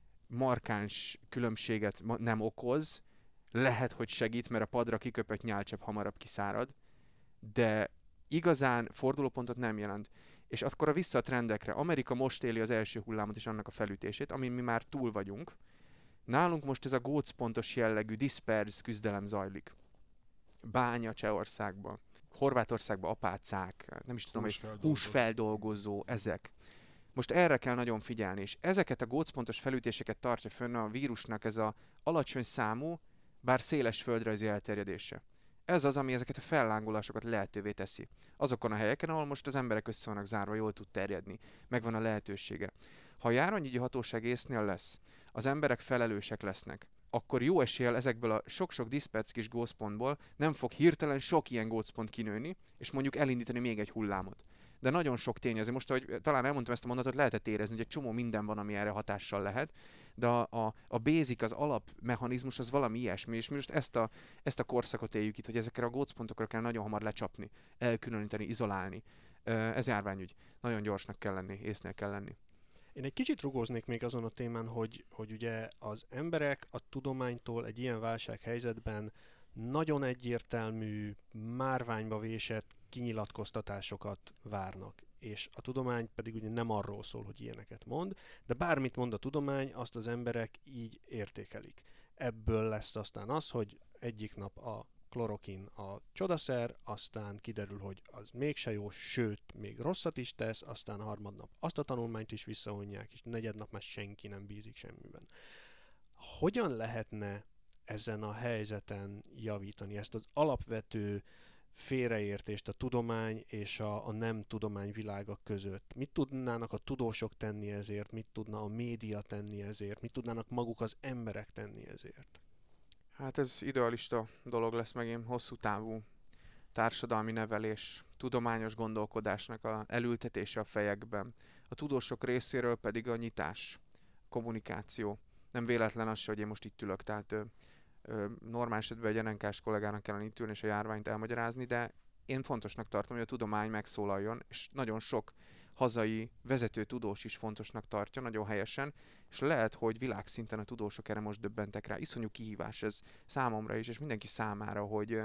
markáns különbséget nem okoz, lehet, hogy segít, mert a padra kiköpött nyálcsepp hamarabb kiszárad, de igazán fordulópontot nem jelent. És akkor vissza a trendekre. Amerika most éli az első hullámot és annak a felütését, amin mi már túl vagyunk. Nálunk most ez a gócpontos jellegű diszperz küzdelem zajlik. Bánya Csehországban, Horvátországban apácák, nem is tudom, hogy húsfeldolgozó, ezek. Most erre kell nagyon figyelni, és ezeket a gócpontos felütéseket tartja fönn a vírusnak ez a alacsony számú, bár széles földrajzi elterjedése. Ez az, ami ezeket a fellángolásokat lehetővé teszi. Azokon a helyeken, ahol most az emberek össze vannak zárva, jól tud terjedni, megvan a lehetősége. Ha a járványügyi hatóság észnél lesz, az emberek felelősek lesznek, akkor jó eséllyel ezekből a sok-sok diszperc kis gócpontból nem fog hirtelen sok ilyen gócpont kinőni, és mondjuk elindítani még egy hullámot. De nagyon sok tényező. Most, ahogy talán elmondtam ezt a mondatot, lehetett érezni, hogy egy csomó minden van, ami erre hatással lehet, de a basic, az alapmechanizmus az valami ilyesmi, és mi most ezt a korszakot éljük itt, hogy ezekre a gócpontokra kell nagyon hamar lecsapni, elkülöníteni, izolálni. Ez járványügy. Nagyon gyorsnak kell lenni, észnél kell lenni. Én egy kicsit rugóznék még azon a témán, hogy ugye az emberek a tudománytól egy ilyen válsághelyzetben nagyon egyértelmű, márványba vésett kinyilatkoztatásokat várnak. És a tudomány pedig ugye nem arról szól, hogy ilyeneket mond, de bármit mond a tudomány, azt az emberek így értékelik. Ebből lesz aztán az, hogy egyik nap a klorokin a csodaszer, aztán kiderül, hogy az mégse jó, sőt, még rosszat is tesz, aztán harmadnap azt a tanulmányt is visszavonják, és negyednap már senki nem bízik semmiben. Hogyan lehetne ezen a helyzeten javítani ezt az alapvető félreértést a tudomány és a nem tudomány világa között? Mit tudnának a tudósok tenni ezért? Mit tudna a média tenni ezért? Mit tudnának maguk az emberek tenni ezért? Hát ez idealista dolog lesz megint, hosszú távú társadalmi nevelés, tudományos gondolkodásnak a elültetése a fejekben. A tudósok részéről pedig a nyitás, kommunikáció. Nem véletlen az se, hogy én most itt ülök, tehát normál esetben egy NNK-s kollégának kellene itt ülni és a járványt elmagyarázni, de én fontosnak tartom, hogy a tudomány megszólaljon, és nagyon sok hazai vezető tudós is fontosnak tartja, nagyon helyesen, és lehet, hogy világszinten a tudósok erre most döbbentek rá. Iszonyú kihívás ez számomra is, és mindenki számára,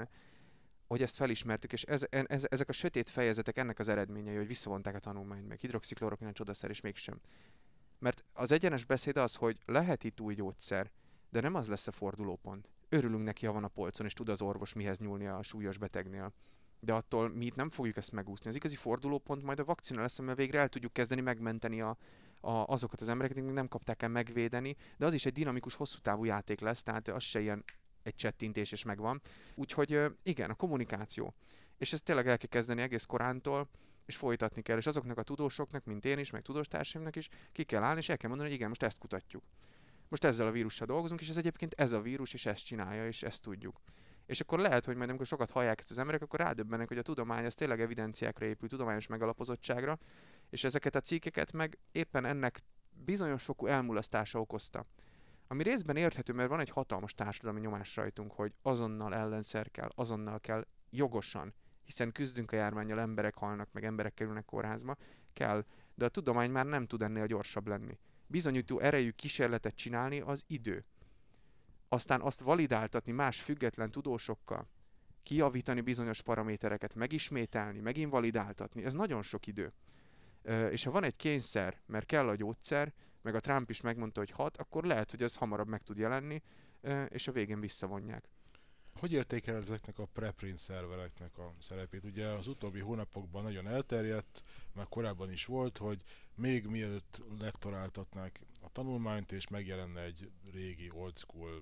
hogy ezt felismertük, és ezek a sötét fejezetek ennek az eredményei, hogy visszavonták a tanulmányt, meg hidroxiklorokin a csodaszer, és mégsem. Mert az egyenes beszéd az, hogy lehet itt új gyógyszer, de nem az lesz a fordulópont. Örülünk neki, ha van a polcon, és tud az orvos mihez nyúlni a súlyos betegnél. De attól mi itt nem fogjuk ezt megúszni. Az igazi fordulópont majd a vakcina lesz, amivel végre el tudjuk kezdeni megmenteni azokat az embereket, akik még nem kapták el megvédeni, de az is egy dinamikus, hosszú távú játék lesz, tehát az se ilyen egy csettintés és megvan. Úgyhogy igen, a kommunikáció. És ezt tényleg el kell kezdeni egész korántól, és folytatni kell. És azoknak a tudósoknak, mint én is, meg tudóstársaimnak is, ki kell állni, és el kell mondani, hogy igen, most ezt kutatjuk. Most ezzel a vírussal dolgozunk, és ez egyébként ez a vírus, és ezt csinálja, és ezt tudjuk. És akkor lehet, hogy majd amikor sokat hallják ezt az emberek, akkor rádöbbennek, hogy a tudomány az tényleg evidenciákra épül, tudományos megalapozottságra, és ezeket a cikkeket meg éppen ennek bizonyos fokú elmulasztása okozta. Ami részben érthető, mert van egy hatalmas társadalmi nyomás rajtunk, hogy azonnal ellenszer kell, azonnal kell, jogosan, hiszen küzdünk a járvánnyal, emberek halnak, meg emberek kerülnek kórházba, kell, de a tudomány már nem tud ennél gyorsabb lenni. Bizonyító erejű kísérletet csinálni az idő. Aztán azt validáltatni más független tudósokkal, kijavítani bizonyos paramétereket, megismételni, megint validáltatni, ez nagyon sok idő. És ha van egy kényszer, mert kell a gyógyszer, meg a Trump is megmondta, hogy hat, akkor lehet, hogy ez hamarabb meg tud jelenni, és a végén visszavonják. Hogy értékel ezeknek a preprint szervereknek a szerepét? Ugye az utóbbi hónapokban nagyon elterjedt, már korábban is volt, hogy még mielőtt lektoráltatnák a tanulmányt, és megjelenne egy régi old school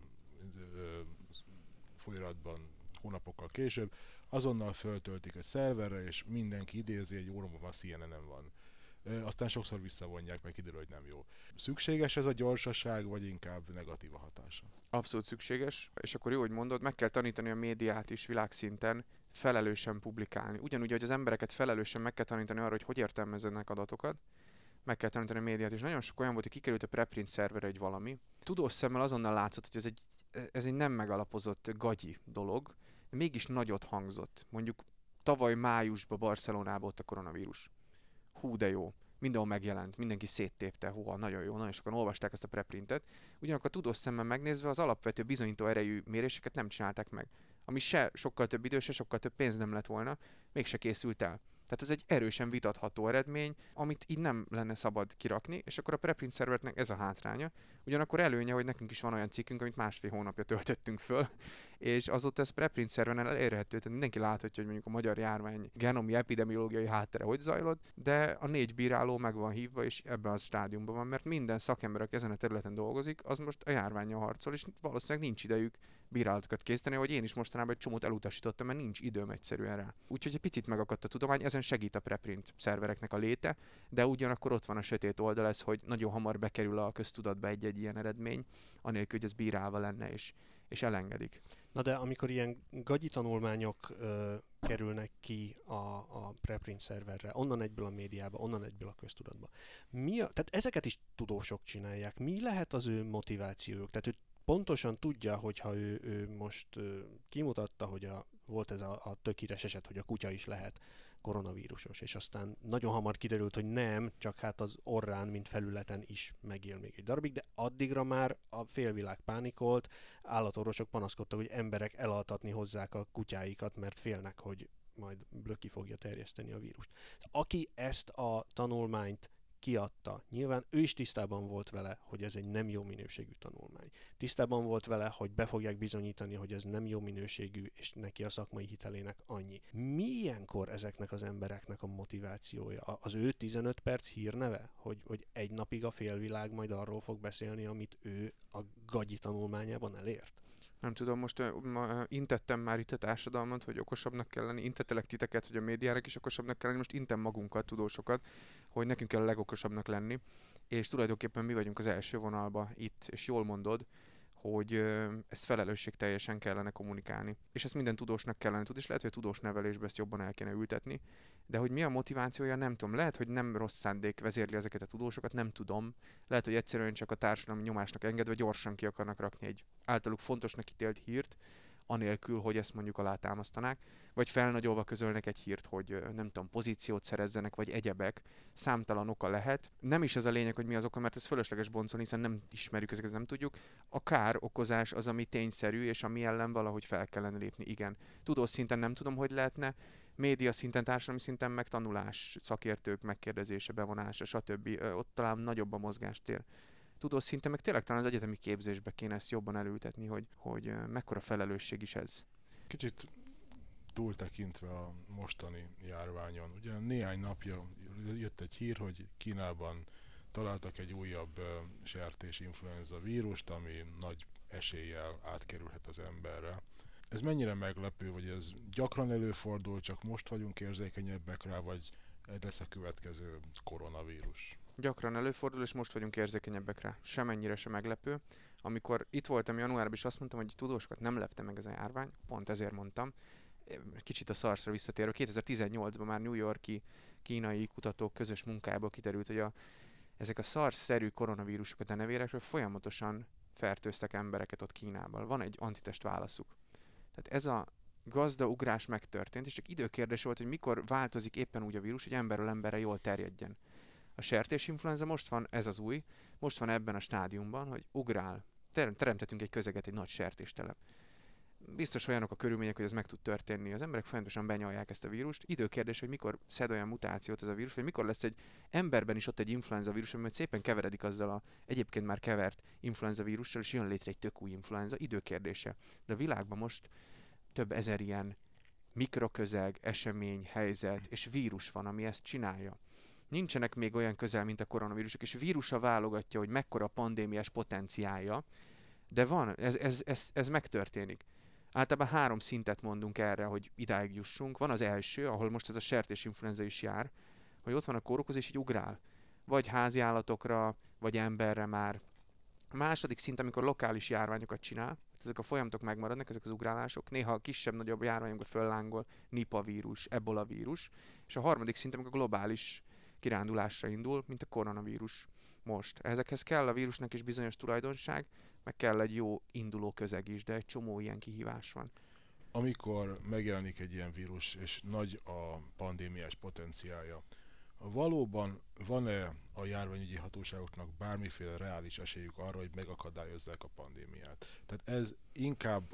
folyiratban hónapokkal később, azonnal föltöltik a szerverre, és mindenki idézi, egy óra múlva a CNN-en van. Aztán sokszor visszavonják, meg kiderül, hogy nem jó. Szükséges ez a gyorsaság, vagy inkább negatív a hatása? Abszolút szükséges, és akkor jó, hogy mondod, meg kell tanítani a médiát is világszinten felelősen publikálni. Ugyanúgy, hogy az embereket felelősen meg kell tanítani arra, hogy értelmezzenek adatokat, meg kell tanítani a médiát, és nagyon sok olyan volt, hogy kikerült a preprint szerverre egy valami. Tudós szemmel azonnal látszott, hogy ez egy nem megalapozott gagyi dolog, de mégis nagyot hangzott. Mondjuk tavaly májusban Barcelonában ott a koronavírus. Hú, de jó. Mindenhol megjelent, mindenki széttépte, húha, nagyon jó, nagyon sokan olvasták ezt a preprintet. Ugyanakkor tudós szemmel megnézve az alapvető bizonyító erejű méréseket nem csinálták meg. Ami se sokkal több idő, se sokkal több pénz nem lett volna, mégse készült el. Tehát ez egy erősen vitatható eredmény, amit így nem lenne szabad kirakni, és akkor a preprint szervernek ez a hátránya. Ugyanakkor előnye, hogy nekünk is van olyan cikkünk, amit 1,5 hónapja töltöttünk föl, és azóta ez preprint szerveren elérhető, tehát mindenki láthatja, hogy mondjuk a magyar járvány genomi epidemiológiai háttere hogy zajlott, de a 4 bíráló meg van hívva, és ebben a stádiumban van, mert minden szakember, aki ezen a területen dolgozik, az most a járvánnyal harcol, és valószínűleg nincs idejük bírálatokat készíteni, hogy én is mostanában egy csomót elutasítottam, mert nincs időm egyszerűen rá. Úgyhogy egy picit megakadt a tudomány, ezen segít a preprint szervereknek a léte, de ugyanakkor ott van a sötét oldal, ez, hogy nagyon hamar bekerül a köztudatba egy ilyen eredmény, anélkül, hogy ez bírálva lenne, és elengedik. Na de amikor ilyen gagyi tanulmányok kerülnek ki a preprint szerverre, onnan egyből a médiába, onnan egyből a köztudatba. Tehát ezeket is tudósok csinálják. Mi lehet az ő motivációjuk? Tehát ő pontosan tudja, hogyha ő most kimutatta, hogy volt ez a tök híres eset, hogy a kutya is lehet koronavírusos, és aztán nagyon hamar kiderült, hogy nem, csak hát az orrán, mint felületen is megél még egy darabig, de addigra már a félvilág pánikolt, állatorvosok panaszkodtak, hogy emberek elaltatni hozzák a kutyáikat, mert félnek, hogy majd blöki fogja terjeszteni a vírust. Aki ezt a tanulmányt kiadta. Nyilván ő is tisztában volt vele, hogy ez egy nem jó minőségű tanulmány. Tisztában volt vele, hogy be fogják bizonyítani, hogy ez nem jó minőségű, és neki a szakmai hitelének annyi. Mi ilyenkor ezeknek az embereknek a motivációja? Az ő 15 perc hírneve? Hogy egy napig a félvilág majd arról fog beszélni, amit ő a gagyi tanulmányában elért? Nem tudom, most intettem már itt a társadalmat, hogy okosabbnak kell lenni, intetelek titeket, hogy a médiának is okosabbnak kell lenni, most intem magunkat, tudósokat, hogy nekünk kell a legokosabbnak lenni, és tulajdonképpen mi vagyunk az első vonalba itt, és jól mondod, hogy ezt felelősségteljesen kellene kommunikálni. És ezt minden tudósnak kellene tudni, és lehet, hogy a tudós nevelésbe ezt jobban el kéne ültetni, de hogy mi a motivációja, nem tudom. Lehet, hogy nem rossz szándék vezérli ezeket a tudósokat, nem tudom. Lehet, hogy egyszerűen csak a társadalmi nyomásnak engedve gyorsan ki akarnak rakni egy általuk fontosnak ítélt hírt, anélkül, hogy ezt mondjuk alátámasztanák, vagy felnagyolva közölnek egy hírt, hogy nem tudom, pozíciót szerezzenek, vagy egyebek, számtalan oka lehet. Nem is ez a lényeg, hogy mi az oka, mert ez fölösleges boncolni, hiszen nem ismerjük ezeket, nem tudjuk. A kár okozás az, ami tényszerű, és ami ellen valahogy fel kellene lépni, igen. Tudós szinten nem tudom, hogy lehetne, média szinten, társadalmi szinten meg tanulás, szakértők megkérdezése, bevonása, stb. Ott talán nagyobb a mozgástér. Tudós szinten meg tényleg talán az egyetemi képzésbe kéne ezt jobban elültetni, hogy mekkora felelősség is ez. Kicsit túltekintve a mostani járványon. Ugye néhány napja jött egy hír, hogy Kínában találtak egy újabb sertésinfluenza vírust, ami nagy eséllyel átkerülhet az emberre. Ez mennyire meglepő, vagy ez gyakran előfordul, csak most vagyunk érzékenyebbek rá, vagy ez lesz a következő koronavírus? Gyakran előfordul, és most vagyunk érzékenyebbek rá. Semennyire sem meglepő. Amikor itt voltam januárban, is azt mondtam, hogy tudósokat nem lepte meg ez a járvány, pont ezért mondtam. Kicsit a SARS-ra visszatérve, 2018-ban már New York-i kínai kutatók közös munkájából kiderült, hogy ezek a SARS-szerű koronavírusok, a denevérekről folyamatosan fertőztek embereket ott Kínában. Van egy antitest válaszuk. Tehát ez a gazda ugrás megtörtént, és csak időkérdés volt, hogy mikor változik éppen úgy a vírus, hogy emberről emberre jól terjedjen. A sertésinfluenza most van, ez az új, most van ebben a stádiumban, hogy ugrál. Teremtettünk egy közeget, egy nagy sertéstelep. Biztos olyanok a körülmények, hogy ez meg tud történni. Az emberek folyamatosan benyalják ezt a vírust. Időkérdés, hogy mikor szed olyan mutációt ez a vírus, vagy mikor lesz egy emberben is ott egy influenza vírus, ami majd szépen keveredik azzal a egyébként már kevert influenza vírussal, és jön létre egy tök új influenza. Időkérdése. De a világban most több ezer ilyen mikroközeg, esemény, helyzet és vírus van, ami ezt csinálja. Nincsenek még olyan közel, mint a koronavírusok, és vírusa válogatja, hogy mekkora a pandémiás potenciálja, de van, ez megtörténik. Általában 3 szintet mondunk erre, hogy idáig jussunk. Van az első, ahol most ez a sertésinfluenza is jár, hogy ott van a kórokozó, és így ugrál. Vagy házi állatokra, vagy emberre már. A második szint, amikor lokális járványokat csinál, ezek a folyamatok megmaradnak, ezek az ugrálások. Néha kisebb-nagyobb járványokban föllángol Nipah vírus, Ebola vírus. És a harmadik szint, amikor globális kirándulásra indul, mint a koronavírus most. Ezekhez kell a vírusnak is bizonyos tulajdonság, meg kell egy jó induló közeg is, de egy csomó ilyen kihívás van. Amikor megjelenik egy ilyen vírus, és nagy a pandémiás potenciálja, valóban van-e a járványügyi hatóságoknak bármiféle reális esélyük arra, hogy megakadályozzák a pandémiát? Tehát ez inkább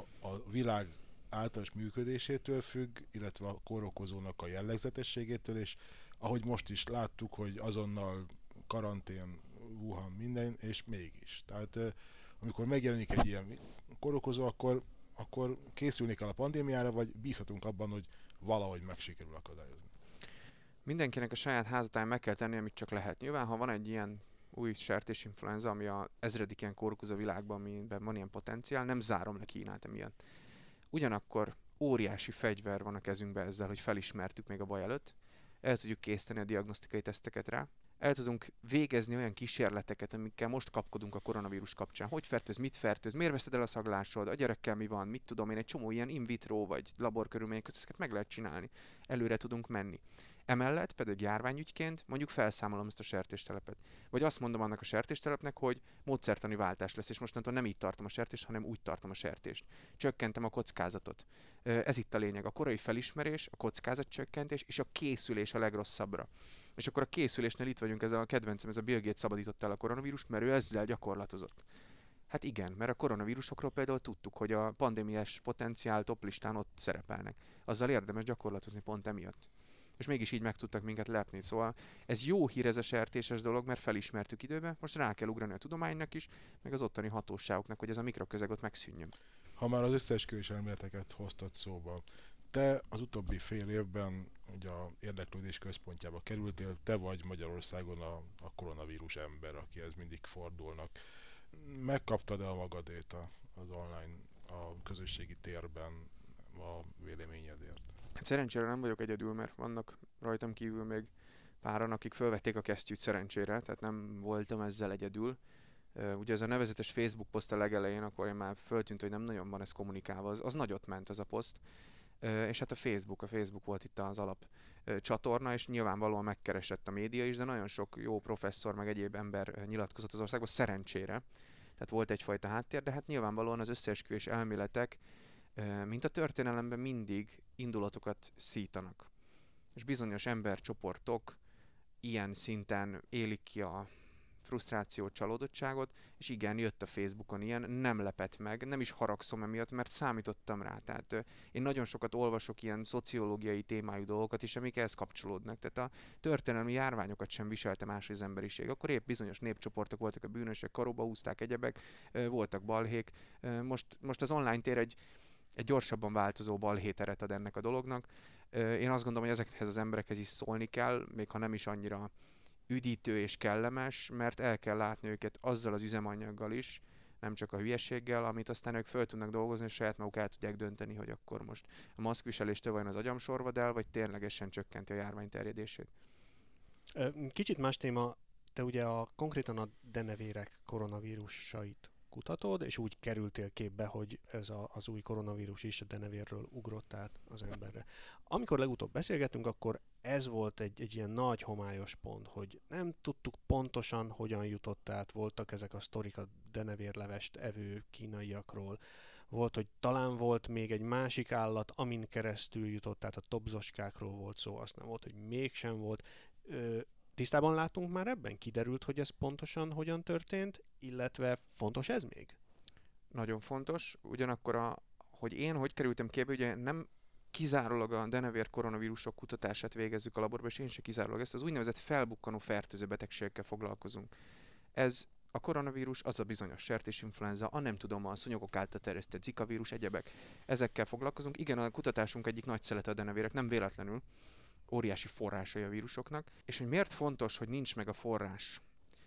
a világ általános működésétől függ, illetve a kórokozónak a jellegzetességétől, és ahogy most is láttuk, hogy azonnal karantén, Wuhan, minden, és mégis. Tehát amikor megjelenik egy ilyen kórokozó, akkor készülni kell a pandémiára, vagy bízhatunk abban, hogy valahogy meg sikerül akadályozni. Mindenkinek a saját házatáján meg kell tenni, amit csak lehet. Nyilván, ha van egy ilyen új sertésinfluenza, ami a ezredik ilyen kórokozó világban, amiben van ilyen potenciál, nem zárom le Kínát emiatt. Ugyanakkor óriási fegyver van a kezünkben ezzel, hogy felismertük még a baj előtt, el tudjuk készíteni a diagnosztikai teszteket rá, el tudunk végezni olyan kísérleteket, amikkel most kapkodunk a koronavírus kapcsán. Hogy fertőz, mit fertőz, miért veszed el a szaglásod, a gyerekkel mi van, mit tudom én, egy csomó ilyen in vitro vagy laborkörülmények között ezeket meg lehet csinálni. Előre tudunk menni. Emellett pedig járványügyként mondjuk felszámolom ezt a sertéstelepet. Vagy azt mondom annak a sertéstelepnek, hogy módszertani váltás lesz, és mostantól nem így tartom a sertést, hanem úgy tartom a sertést. Csökkentem a kockázatot. Ez itt a lényeg. A korai felismerés, a kockázatcsökkentés és a készülés a legrosszabbra. És akkor a készülésnél itt vagyunk, ez a kedvencem, ez a Bill Gates szabadította el a koronavírust, mert ő ezzel gyakorlatozott. Hát igen, mert a koronavírusokról például tudtuk, hogy a pandémiás potenciál top listán ott szerepelnek. Azzal érdemes gyakorlatozni pont emiatt. És mégis így meg tudtak minket lepni. Szóval ez jó hír ez a sertéses dolog, mert felismertük időben, most rá kell ugrani a tudománynak is, meg az ottani hatóságoknak, hogy ez a mikroközeg ott megszűnjön. Ha már az összeesküvés elméleteket hoztad szóba, te az utóbbi fél évben ugye a érdeklődés központjába kerültél, te vagy Magyarországon a koronavírus ember, akihez mindig fordulnak. Megkaptad-e a magadét az online, a közösségi térben a véleményedért? Hát szerencsére nem vagyok egyedül, mert vannak rajtam kívül még páran, akik felvették a kesztyűt szerencsére, tehát nem voltam ezzel egyedül. Ugye ez a nevezetes Facebook poszt a legelején, akkor én már föltűnt, hogy nem nagyon van ez kommunikálva, az nagyot ment ez a poszt. És hát a Facebook volt itt az alap csatorna, és nyilvánvalóan megkeresett a média is, de nagyon sok jó professzor, meg egyéb ember nyilatkozott az országban, szerencsére. Tehát volt egyfajta háttér, de hát nyilvánvalóan az összeesküvés elméletek, mint a történelemben mindig indulatokat szítanak. És bizonyos embercsoportok ilyen szinten élik ki a frusztrációt, csalódottságot, és igen, jött a Facebookon ilyen, nem lepett meg, nem is haragszom emiatt, mert számítottam rá. Tehát én nagyon sokat olvasok ilyen szociológiai témájú dolgokat is, amik ehhez kapcsolódnak. Tehát a történelmi járványokat sem viselte más az emberiség. Akkor épp bizonyos népcsoportok voltak a bűnösek, karóba húzták egyebek, voltak balhék. Most az online tér egy gyorsabban változó balhéteret ad ennek a dolognak. Én azt gondolom, hogy ezekhez az emberekhez is szólni kell, még ha nem is annyira üdítő és kellemes, mert el kell látni őket azzal az üzemanyaggal is, nem csak a hülyeséggel, amit aztán ők föl tudnak dolgozni, és saját maguk el tudják dönteni, hogy akkor most a maszkviseléstől vajon az agyam sorvad el, vagy ténylegesen csökkenti a járvány terjedését. Kicsit más téma, te ugye konkrétan a denevérek koronavírusait kutatod, és úgy kerültél képbe, hogy ez az új koronavírus is a denevérről ugrott át az emberre. Amikor legutóbb beszélgettünk, akkor ez volt egy ilyen nagy homályos pont, hogy nem tudtuk pontosan, hogyan jutott át, voltak ezek a sztorik a denevérlevest evő kínaiakról, volt, hogy talán volt még egy másik állat, amin keresztül jutott, tehát a tobzoskákról volt szó, azt nem volt, hogy mégsem volt. Tisztában látunk már ebben? Kiderült, hogy ez pontosan hogyan történt, illetve fontos ez még? Nagyon fontos. Ugyanakkor, hogy kerültem képbe, ugye nem kizárólag a denevér koronavírusok kutatását végezzük a laborban, és én se kizárólag ezt az úgynevezett felbukkanó fertőző betegségekkel foglalkozunk. Ez a koronavírus, az a bizonyos sertésinfluenza, a nem tudom, a szúnyogok által terjesztett Zika vírus, egyebek. Ezekkel foglalkozunk. Igen, a kutatásunk egyik nagy szelete a denevérek, nem véletlenül. Óriási forrásai a vírusoknak. És hogy miért fontos, hogy nincs meg a forrás,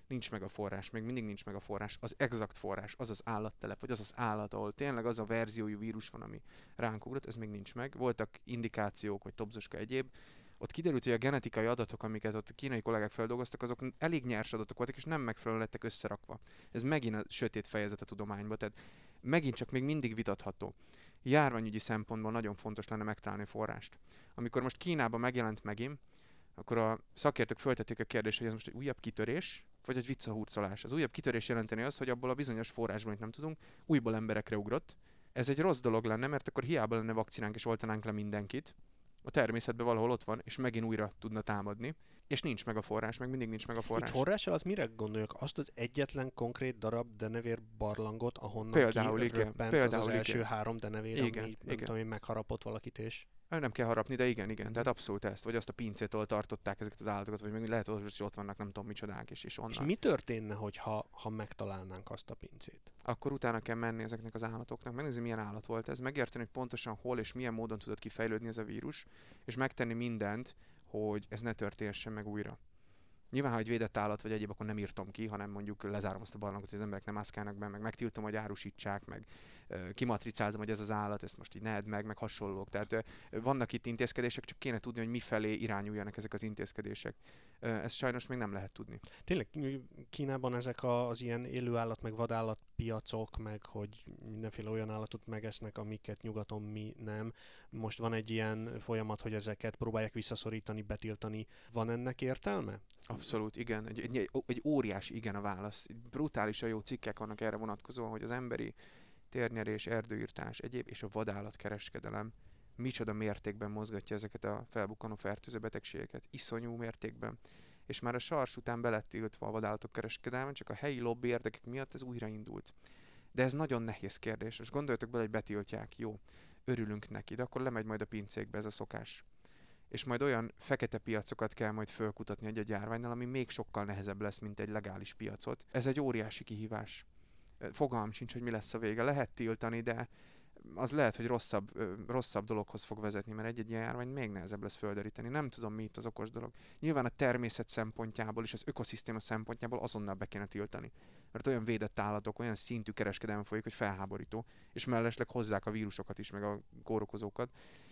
még mindig nincs meg a forrás, az exakt forrás, az az állattelep, vagy az az állat, ahol tényleg az a verziójú vírus van, ami ránk ugrott, ez még nincs meg. Voltak indikációk, vagy tobzoska egyéb. Ott kiderült, hogy a genetikai adatok, amiket ott a kínai kollégák feldolgoztak, azok elég nyers adatok voltak, és nem megfelelően lettek összerakva. Ez megint a sötét fejezet a tudományban, tehát megint csak még mindig vitatható. Járványügyi szempontból nagyon fontos lenne megtalálni forrást. Amikor most Kínában megjelent megint, akkor a szakértők föltették a kérdést, hogy ez most egy újabb kitörés, vagy egy visszahurcolás. Az újabb kitörés jelenteni az, hogy abból a bizonyos forrásból, amit nem tudunk, újból emberekre ugrott. Ez egy rossz dolog lenne, mert akkor hiába lenne vakcinánk és oltanánk le mindenkit. A természetben valahol ott van, és megint újra tudna támadni. És nincs meg a forrás, meg mindig nincs meg a forrás. Itt forrás alatt mire gondoljak? Azt az egyetlen konkrét darab denevér barlangot, ahonnan kiröppent az első 3 denevér, ami nem tudom én, megharapott valakit és... Nem kell harapni, de igen. Tehát abszolút ezt. Vagy azt a pincétől tartották ezeket az állatokat, vagy még lehet, hogy ott vannak nem tudom micsodák és onnan. És mi történne, ha megtalálnánk azt a pincét? Akkor utána kell menni ezeknek az állatoknak, megnézni, milyen állat volt ez, megérteni, hogy pontosan hol és milyen módon tudott kifejlődni ez a vírus, és megtenni mindent, hogy ez ne történjen meg újra. Nyilván, ha egy védett állat vagy egyéb, akkor nem írtam ki, hanem mondjuk lezárom azt a barlangot, hogy az emberek nem mászkálnak be, meg megtiltom, hogy árusítsák, meg kimatricázom, hogy ez az állat, ezt most így ne edd meg hasonlók. Tehát vannak itt intézkedések, csak kéne tudni, hogy mifelé irányuljanak ezek az intézkedések. Ezt sajnos még nem lehet tudni. Tényleg Kínában ezek az ilyen élőállat, meg vadállatpiacok, meg hogy mindenféle olyan állatot megesznek, amiket nyugaton mi nem. Most van egy ilyen folyamat, hogy ezeket próbálják visszaszorítani, betiltani. Van ennek értelme? Abszolút, igen. Egy óriási igen a válasz. Brutálisan jó cikkek vannak erre vonatkozóan, hogy az emberi térnyerés, erdőirtás, egyéb és a vadállatkereskedelem micsoda mértékben mozgatja ezeket a felbukkanó fertőző betegségeket. Iszonyú mértékben. És már a sars után be lett tiltva a vadállatok kereskedelme, csak a helyi lobby érdekek miatt ez újraindult. De ez nagyon nehéz kérdés. Most gondoljatok bele, hogy betiltják. Jó, örülünk neki, de akkor lemegy majd a pincékbe ez a szokás. És majd olyan fekete piacokat kell majd fölkutatni egy járványnál, ami még sokkal nehezebb lesz, mint egy legális piacot. Ez egy óriási kihívás. Fogalmam sincs, hogy mi lesz a vége. Lehet tiltani, de az lehet, hogy rosszabb dologhoz fog vezetni, mert egy ilyen járvány még nehezebb lesz földeríteni. Nem tudom, mi itt az okos dolog. Nyilván a természet szempontjából és az ökoszisztéma szempontjából azonnal be kéne tiltani. Mert olyan védett állatok, olyan szintű kereskedelme folyik, hogy felháborító, és mellesleg hozzák a vírusokat is, meg a kórokozókat.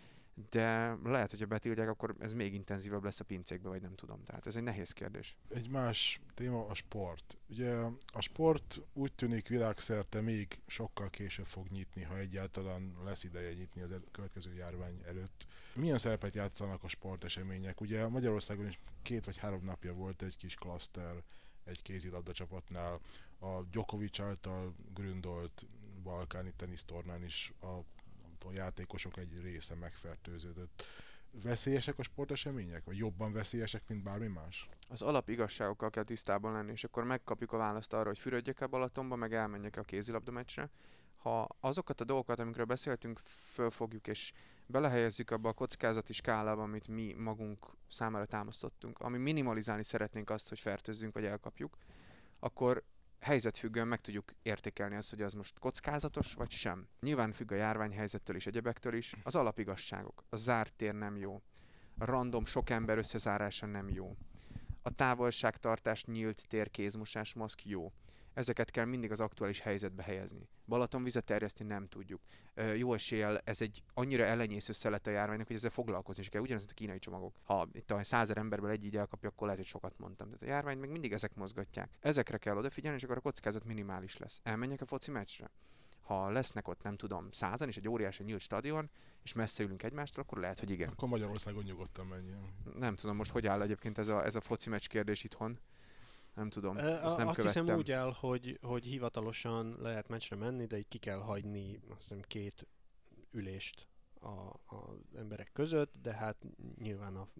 De lehet, hogyha betiltják, akkor ez még intenzívebb lesz a pincékbe, vagy nem tudom. Tehát ez egy nehéz kérdés. Egy más téma a sport. Ugye a sport úgy tűnik világszerte még sokkal később fog nyitni, ha egyáltalán lesz ideje nyitni az következő járvány előtt. Milyen szerepet játszanak a sportesemények? Ugye Magyarországon is 2 vagy 3 napja volt egy kis klaszter egy kézilabda csapatnál. A Djokovic által gründolt balkáni tenisztornán is a játékosok egy része megfertőződött. Veszélyesek a sportesemények? Vagy jobban veszélyesek, mint bármi más? Az alapigazságokkal kell tisztában lenni, és akkor megkapjuk a választ arra, hogy fürödjek-e Balatonba, meg elmenjek a kézilabda meccsre. Ha azokat a dolgokat, amikről beszéltünk, fölfogjuk és belehelyezzük abba a kockázati skálába, amit mi magunk számára támasztottunk, ami minimalizálni szeretnénk azt, hogy fertőzzünk vagy elkapjuk, akkor helyzetfüggően meg tudjuk értékelni azt, hogy az most kockázatos, vagy sem. Nyilván függ a járványhelyzettől is, egyebektől is. Az alapigazságok. A zárt tér nem jó. A random sok ember összezárása nem jó. A távolságtartás, nyílt tér, kézmosás, maszk jó. Ezeket kell mindig az aktuális helyzetbe helyezni. Balatonvizet terjeszteni nem tudjuk. Jó eséllyel ez egy annyira ellenyésző szelet a járványnak, hogy ezzel foglalkozni is kell. Ugyanaz, mint a kínai csomagok. Ha itt a 100 000 emberből egy így elkapja, akkor lehet, hogy sokat mondtam. Tehát a járvány meg mindig ezek mozgatják. Ezekre kell odafigyelni, és akkor a kockázat minimális lesz. Elmenjek a foci meccsre. Ha lesznek ott, nem tudom, 100-an, és egy óriási nyílt stadion, és messze ülünk egymástól, akkor lehet, hogy igen. Akkor Magyarországon nyugodtan menjen. Nem tudom most, hogy áll egyébként ez a foci meccs kérdés itthon. Nem tudom, ezt nem azt követtem. hiszem úgy áll, hogy hivatalosan lehet meccsre menni, de így ki kell hagyni azt hiszem 2 ülést az emberek között, de hát nyilván a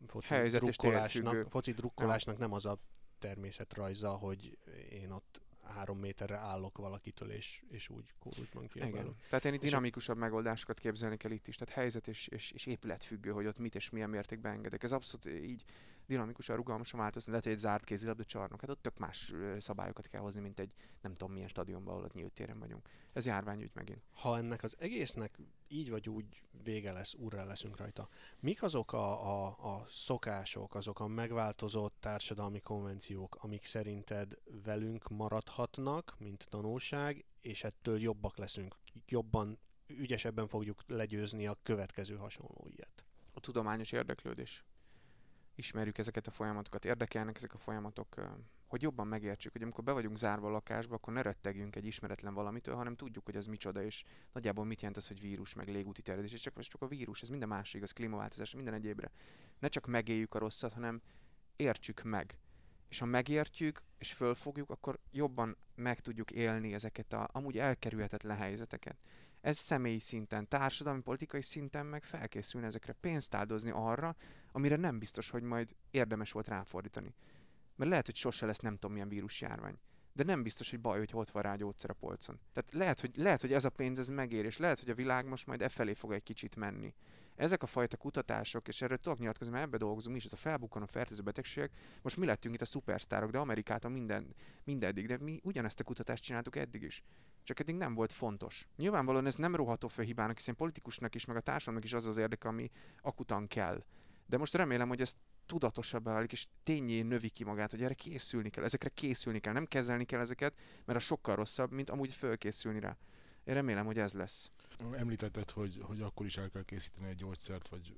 foci drukkolásnak nem az a természetrajza, hogy én ott 3 méterre állok valakitől, és úgy kórusban kiabálok. Igen. Tehát én itt dinamikusabb megoldásokat képzelni kell itt is. Tehát helyzet és épületfüggő, hogy ott mit és milyen mértékben engedek. Ez abszolút így dinamikusan, rugalmasan változni. Lehet, hogy egy zárt kézilabda csarnok. Hát ott tök más szabályokat kell hozni, mint egy nem tudom milyen stadionban, ahol ott nyílt téren vagyunk. Ez járványügy megint. Ha ennek az egésznek így vagy úgy vége lesz, úrrá leszünk rajta. Mik azok a szokások, azok a megváltozott társadalmi konvenciók, amik szerinted velünk maradhatnak, mint tanulság, és ettől jobbak leszünk, jobban, ügyesebben fogjuk legyőzni a következő hasonló ilyet? A tudományos érdeklődés. Ismerjük ezeket a folyamatokat, érdekelnek ezek a folyamatok, hogy jobban megértsük, hogy amikor be vagyunk zárva a lakásba, akkor ne rettegjünk egy ismeretlen valamitől, hanem tudjuk, hogy ez micsoda, és nagyjából mit jelent az, hogy vírus, meg légúti terjedés, és csak a vírus, ez minden más igaz, klímaváltozás, minden egyébre. Ne csak megéljük a rosszat, hanem értsük meg. És ha megértjük, és fölfogjuk, akkor jobban meg tudjuk élni ezeket a amúgy elkerülhetetlen helyzeteket. Ez személyi szinten, társadalmi, politikai szinten meg felkészülni ezekre, pénzt áldozni arra, amire nem biztos, hogy majd érdemes volt ráfordítani. Mert lehet, hogy sose lesz nem tudom milyen vírusjárvány. De nem biztos, hogy baj, hogy ott van rá gyógyszer a polcon. Tehát lehet, hogy ez a pénz ez megér, és lehet, hogy a világ most majd felé fog egy kicsit menni. Ezek a fajta kutatások, és erről tudok nyilatkozni, mert ebbe dolgozunk mi is, ez a felbukkanó fertőző betegségek. Most mi lettünk itt a szupersztárok, de Amerikától mindeddig, de mi ugyanezt a kutatást csináltuk eddig is. Csak eddig nem volt fontos. Nyilvánvalóan ez nem róható fel hibának, hiszen politikusnak is, meg a társadalomnak is az az érdeke, ami akutan kell. De most remélem, hogy ez tudatosabbá válik, és tényé növi ki magát, hogy erre készülni kell, ezekre készülni kell, nem kezelni kell ezeket, mert az sokkal rosszabb, mint amúgy fölkészülni rá. Én remélem, hogy ez lesz. Említetted, hogy akkor is el kell készíteni egy gyógyszert, vagy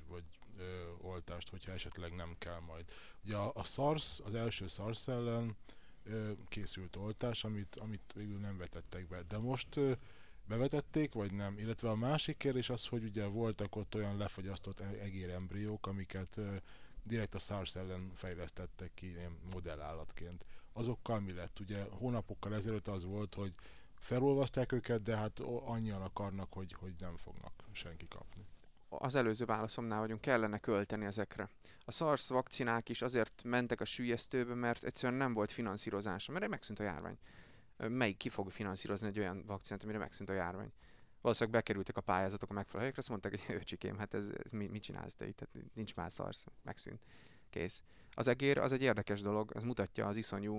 oltást, hogyha esetleg nem kell majd. Ugye a SARS, az első SARS ellen készült oltás, amit végül nem vetettek be. De most bevetették, vagy nem? Illetve a másik kérdés az, hogy ugye voltak ott olyan lefagyasztott egérembriók, amiket direkt a SARS ellen fejlesztettek ki ilyen modellállatként. Azokkal mi lett? Ugye hónapokkal ezelőtt az volt, hogy felolvasztják őket, de hát annyian akarnak, hogy nem fognak senki kapni. Az előző válaszomnál vagyunk, kellene költeni ezekre. A SARS vakcinák is azért mentek a süllyesztőbe, mert egyszerűen nem volt finanszírozása, mert megszűnt a járvány. Melyik ki fog finanszírozni egy olyan vakcinát, amire megszűnt a járvány? Valószínűleg bekerültek a pályázatok a megfelelő helyekre, azt mondták, hogy öcsikém, hát ez mit csinálsz te itt? Tehát nincs már SARS, megszűnt. Kész. Az egér az egy érdekes dolog, az mutatja az iszonyú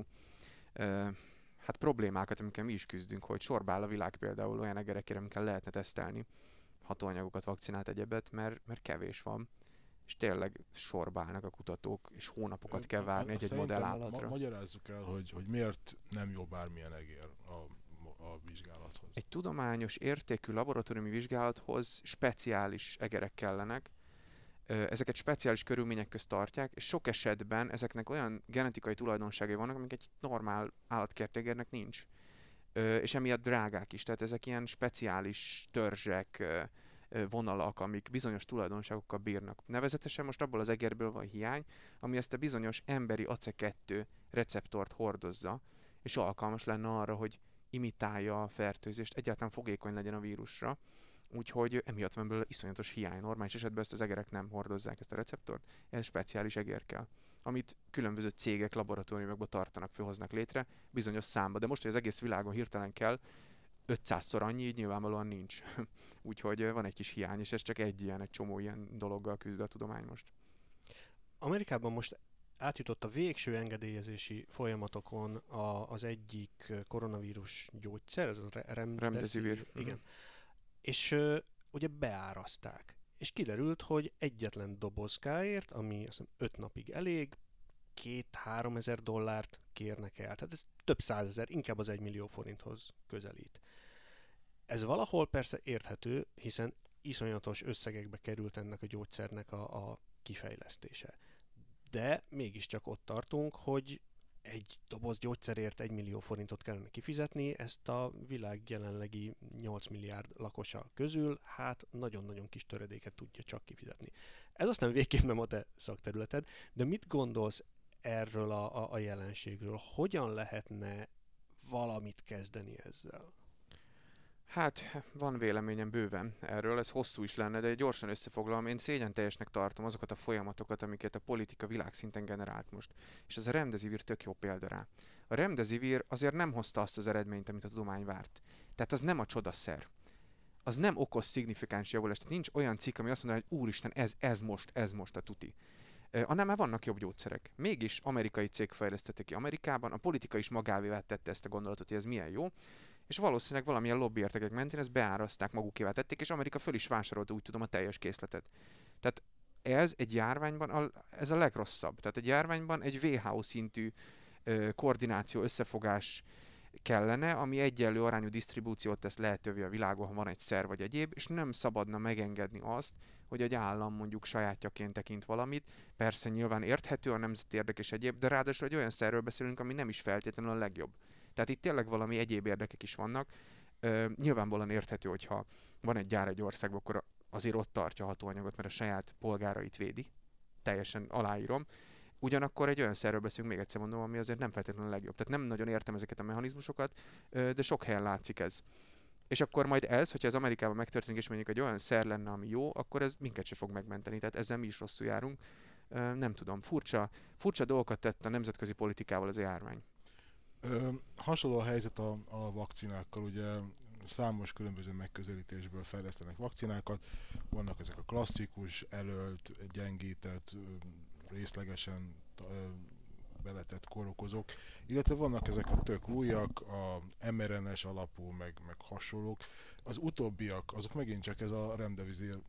problémákat, amikkel mi is küzdünk, hogy sorba áll a világ például olyan egerekére, amikkel lehetne tesztelni hatóanyagokat, vakcinát, egyebet, mert kevés van. És tényleg sorba állnak a kutatók, és hónapokat kell várni egy modellállatra. Magyarázzuk el, hogy miért nem jó bármilyen egér a vizsgálathoz. Egy tudományos értékű laboratóriumi vizsgálathoz speciális egerek kellenek. Ezeket speciális körülmények közt tartják, és sok esetben ezeknek olyan genetikai tulajdonságai vannak, amik egy normál állatkertegernek nincs. És emiatt drágák is, tehát ezek ilyen speciális törzsek, vonalak, amik bizonyos tulajdonságokkal bírnak. Nevezetesen most abból az egerből van hiány, ami ezt a bizonyos emberi ACE2 receptort hordozza, és alkalmas lenne arra, hogy imitálja a fertőzést, egyáltalán fogékony legyen a vírusra. Úgyhogy emiatt van belőle iszonyatos hiány. Normális esetben ezt az egerek nem hordozzák, ezt a receptort, ez speciális egér kell, amit különböző cégek laboratóriumokban tartanak, fölhoznak létre bizonyos számba. De most, hogy az egész világon hirtelen kell, 500-szor annyi, így nyilvánvalóan nincs. Úgyhogy van egy kis hiány, és ez csak egy csomó ilyen dologgal küzd a tudomány most. Amerikában most átjutott a végső engedélyezési folyamatokon az egyik koronavírus gyógyszer, ez a Remdesivir. Igen. És ugye beárazták. És kiderült, hogy egyetlen dobozkáért, ami azt hiszem 5 napig elég, 2-3 ezer dollárt kérnek el. Tehát ez több százezer, inkább az 1 millió forinthoz közelít. Ez valahol persze érthető, hiszen iszonyatos összegekbe került ennek a gyógyszernek a kifejlesztése. De mégiscsak ott tartunk, hogy egy doboz gyógyszerért 1 millió forintot kellene kifizetni, ezt a világ jelenlegi 8 milliárd lakosa közül, hát nagyon-nagyon kis töredéket tudja csak kifizetni. Ez aztán végképp nem a te szakterületed, de mit gondolsz erről a jelenségről? Hogyan lehetne valamit kezdeni ezzel? Hát, van véleményem bőven erről, ez hosszú is lenne, de gyorsan összefoglalom, én szégyenteljesnek tartom azokat a folyamatokat, amiket a politika világszinten generált most. És ez a Remdesivir tök jó példa rá. A Remdesivir azért nem hozta azt az eredményt, amit a tudomány várt. Tehát az nem a csodaszer. Az nem okoz szignifikáns javulást. Tehát nincs olyan cikk, ami azt mondaná, hogy úristen, ez most a tuti. Annál már vannak jobb gyógyszerek. Mégis amerikai cég fejlesztette ki Amerikában, a politika is magávévá tette ezt a gondolatot, hogy ez milyen jó, és valószínűleg valamilyen lobbyértekek mentén ezt beárazták, magukévá tették, és Amerika föl is vásárolta, úgy tudom, a teljes készletet. Tehát ez egy járványban, ez a legrosszabb. Tehát egy járványban egy WHO szintű koordináció, összefogás kellene, ami egyenlő arányú disztribúciót tesz lehetővé a világon, ha van egy szer vagy egyéb, és nem szabadna megengedni azt, hogy egy állam mondjuk sajátjaként tekint valamit. Persze nyilván érthető a nemzeti érdek és egyéb, de ráadásul egy olyan szerről beszélünk, ami nem is feltétlenül a legjobb. Tehát itt tényleg valami egyéb érdekek is vannak. Nyilvánvalóan érthető, hogyha van egy gyár egy országban, akkor azért ott tartja a hatóanyagot, mert a saját polgárait védi. Teljesen aláírom. Ugyanakkor egy olyan szerről beszélünk, még egyszer mondom, ami azért nem feltétlenül a legjobb. Tehát nem nagyon értem ezeket a mechanizmusokat, de sok helyen látszik ez. És akkor majd ez, hogyha az Amerikában megtörténik, és mondjuk egy olyan szer lenne, ami jó, akkor ez minket se fog megmenteni. Tehát ezzel mi is rosszul járunk. Nem tudom, furcsa dolgokat tett a nemzetközi politikával az járvány. Hasonló a helyzet a vakcinákkal, ugye számos különböző megközelítésből fejlesztenek vakcinákat, vannak ezek a klasszikus, elölt, gyengített, részlegesen beletett kórokozók, illetve vannak ezek a tök újak, a mRNA-s alapú, meg hasonlók. Az utóbbiak, azok megint csak ez a Remdesivir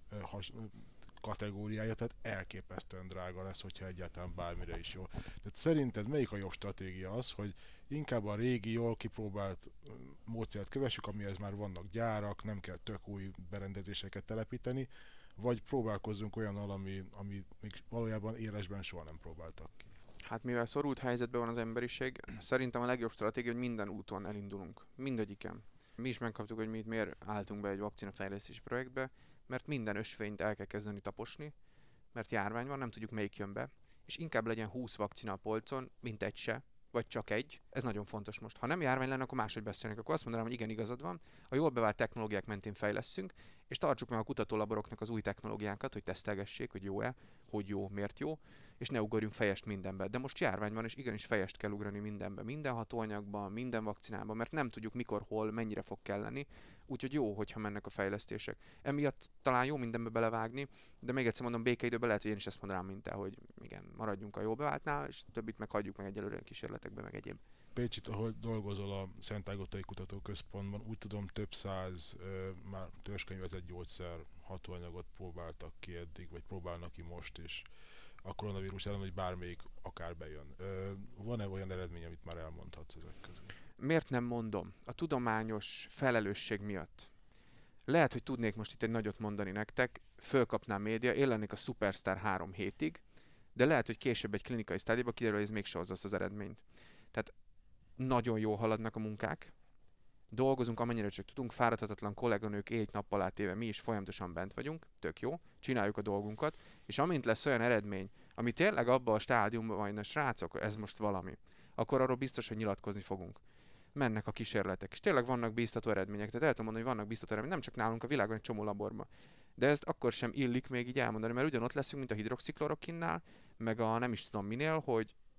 kategóriája, tehát elképesztően drága lesz, hogyha egyáltalán bármire is jó. Tehát szerinted melyik a jobb stratégia az, hogy inkább a régi, jól kipróbált módszert kövessük, amihez már vannak gyárak, nem kell tök új berendezéseket telepíteni, vagy próbálkozzunk olyannal, ami még valójában élesben soha nem próbáltak ki? Hát mivel szorult helyzetben van az emberiség, szerintem a legjobb stratégia, hogy minden úton elindulunk. Mindegyiken. Mi is megkaptuk, hogy mi itt miért álltunk be egy vakcinafejlesztési projektbe, mert minden ösvényt el kell kezdeni taposni, mert járvány van, nem tudjuk melyik jön be, és inkább legyen 20 vakcina a polcon, mint egy se, vagy csak egy. Ez nagyon fontos most. Ha nem járvány lenne, akkor máshogy beszélnek. Akkor azt mondanám, hogy igen, igazad van, a jól bevált technológiák mentén fejlesszünk, és tartsuk meg a kutatólaboroknak az új technológiákat, hogy tesztelgessék, hogy jó-e, hogy jó, miért jó, és ne ugorjunk fejest mindenbe. De most járvány van, és igenis fejest kell ugrani mindenbe, minden hatóanyagban, minden vakcinában, mert nem tudjuk mikor, hol, mennyire fog kelleni, úgyhogy jó, hogyha mennek a fejlesztések. Emiatt talán jó mindenbe belevágni, de még egyszer mondom, békeidőben lehet, hogy én is ezt mondanám, mint te, hogy igen, maradjunk a jól beváltnál, és többit meg hagyjuk meg egyelőre a kísérletekbe, meg egyéb. Pécsit, ahol dolgozol a Szent Ágotai Kutatóközpontban, úgy tudom több száz már törzskönyvezett gyógyszer hatóanyagot próbáltak ki eddig, vagy próbálnak ki most is a koronavírus ellen, hogy bármelyik akár bejön. Van-e olyan eredmény, amit már elmondhatsz ezek közül? Miért nem mondom? A tudományos felelősség miatt. Lehet, hogy tudnék most itt egy nagyot mondani nektek, fölkapnám média, én lennék a Superstar 3 hétig, de lehet, hogy később egy klinikai stádiumban kiderül, hogy ez mégse hozza azt az eredményt. Tehát nagyon jól haladnak a munkák, dolgozunk amennyire csak tudunk, fáradhatatlan kolléganők éjt-nappal átéve, mi is folyamatosan bent vagyunk, tök jó, csináljuk a dolgunkat, és amint lesz olyan eredmény, ami tényleg abban a stádiumban van, srácok, ez most valami, akkor arról biztos, hogy nyilatkozni fogunk. Mennek a kísérletek, és tényleg vannak bíztató eredmények, tehát el tudom mondani, hogy vannak bíztató eredmények, nem csak nálunk a világon, egy csomó laborban. De ezt akkor sem illik még így elmondani, mert ugyanott leszünk, mint a hidroxiklorokinnál, meg a nem is tudom minél, hogy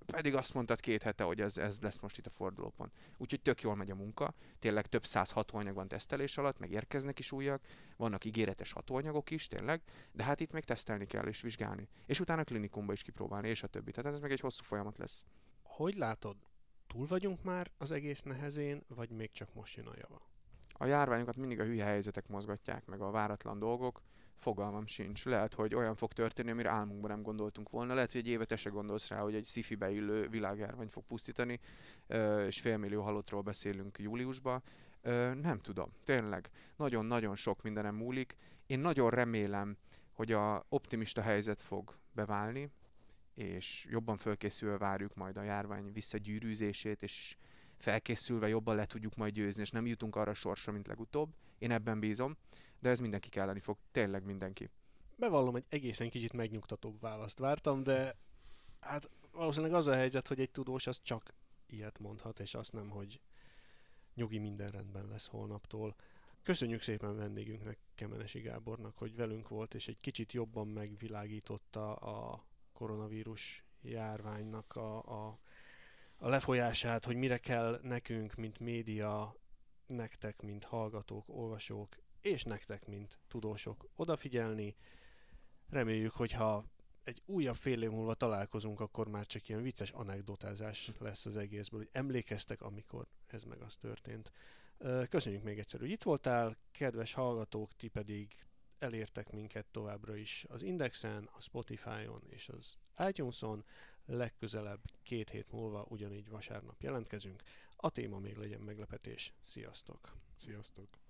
pedig azt mondtad 2 hete, hogy ez lesz most itt a fordulópont. Úgyhogy tök jól megy a munka, tényleg több 100 hatóanyag van tesztelés alatt, meg érkeznek is újak, vannak ígéretes hatóanyagok is, tényleg, de hát itt még tesztelni kell és vizsgálni. És utána klinikumba is kipróbálni, és a többi. Tehát ez meg egy hosszú folyamat lesz. Hogy látod, túl vagyunk már az egész nehezén, vagy még csak most jön a java? A járványokat mindig a hülye helyzetek mozgatják, meg a váratlan dolgok. Fogalmam sincs. Lehet, hogy olyan fog történni, amire álmunkban nem gondoltunk volna. Lehet, hogy egy évet te se gondolsz rá, hogy egy sci-fibe illő világjárvány fog pusztítani, és 500 000 halottról beszélünk júliusban. Nem tudom. Tényleg. Nagyon-nagyon sok mindenem múlik. Én nagyon remélem, hogy a optimista helyzet fog beválni, és jobban fölkészülve várjuk majd a járvány visszagyűrűzését, és felkészülve jobban le tudjuk majd győzni, és nem jutunk arra a sorsra, mint legutóbb. Én ebben bízom, de ez mindenki kelleni fog, tényleg mindenki. Bevallom, egy egészen kicsit megnyugtatóbb választ vártam, de hát valószínűleg az a helyzet, hogy egy tudós az csak ilyet mondhat, és azt nem, hogy nyugi, minden rendben lesz holnaptól. Köszönjük szépen vendégünknek, Kemenesi Gábornak, hogy velünk volt, és egy kicsit jobban megvilágította a koronavírus járványnak a lefolyását, hogy mire kell nekünk, mint média, nektek, mint hallgatók, olvasók, és nektek, mint tudósok odafigyelni. Reméljük, hogyha egy újabb fél év múlva találkozunk, akkor már csak ilyen vicces anekdotázás lesz az egészből, hogy emlékeztek, amikor ez meg az történt. Köszönjük még egyszer, hogy itt voltál, kedves hallgatók, ti pedig elértek minket továbbra is az Indexen, a Spotify-on és az iTunes-on. Legközelebb 2 hét múlva ugyanígy vasárnap jelentkezünk. A téma még legyen meglepetés. Sziasztok! Sziasztok!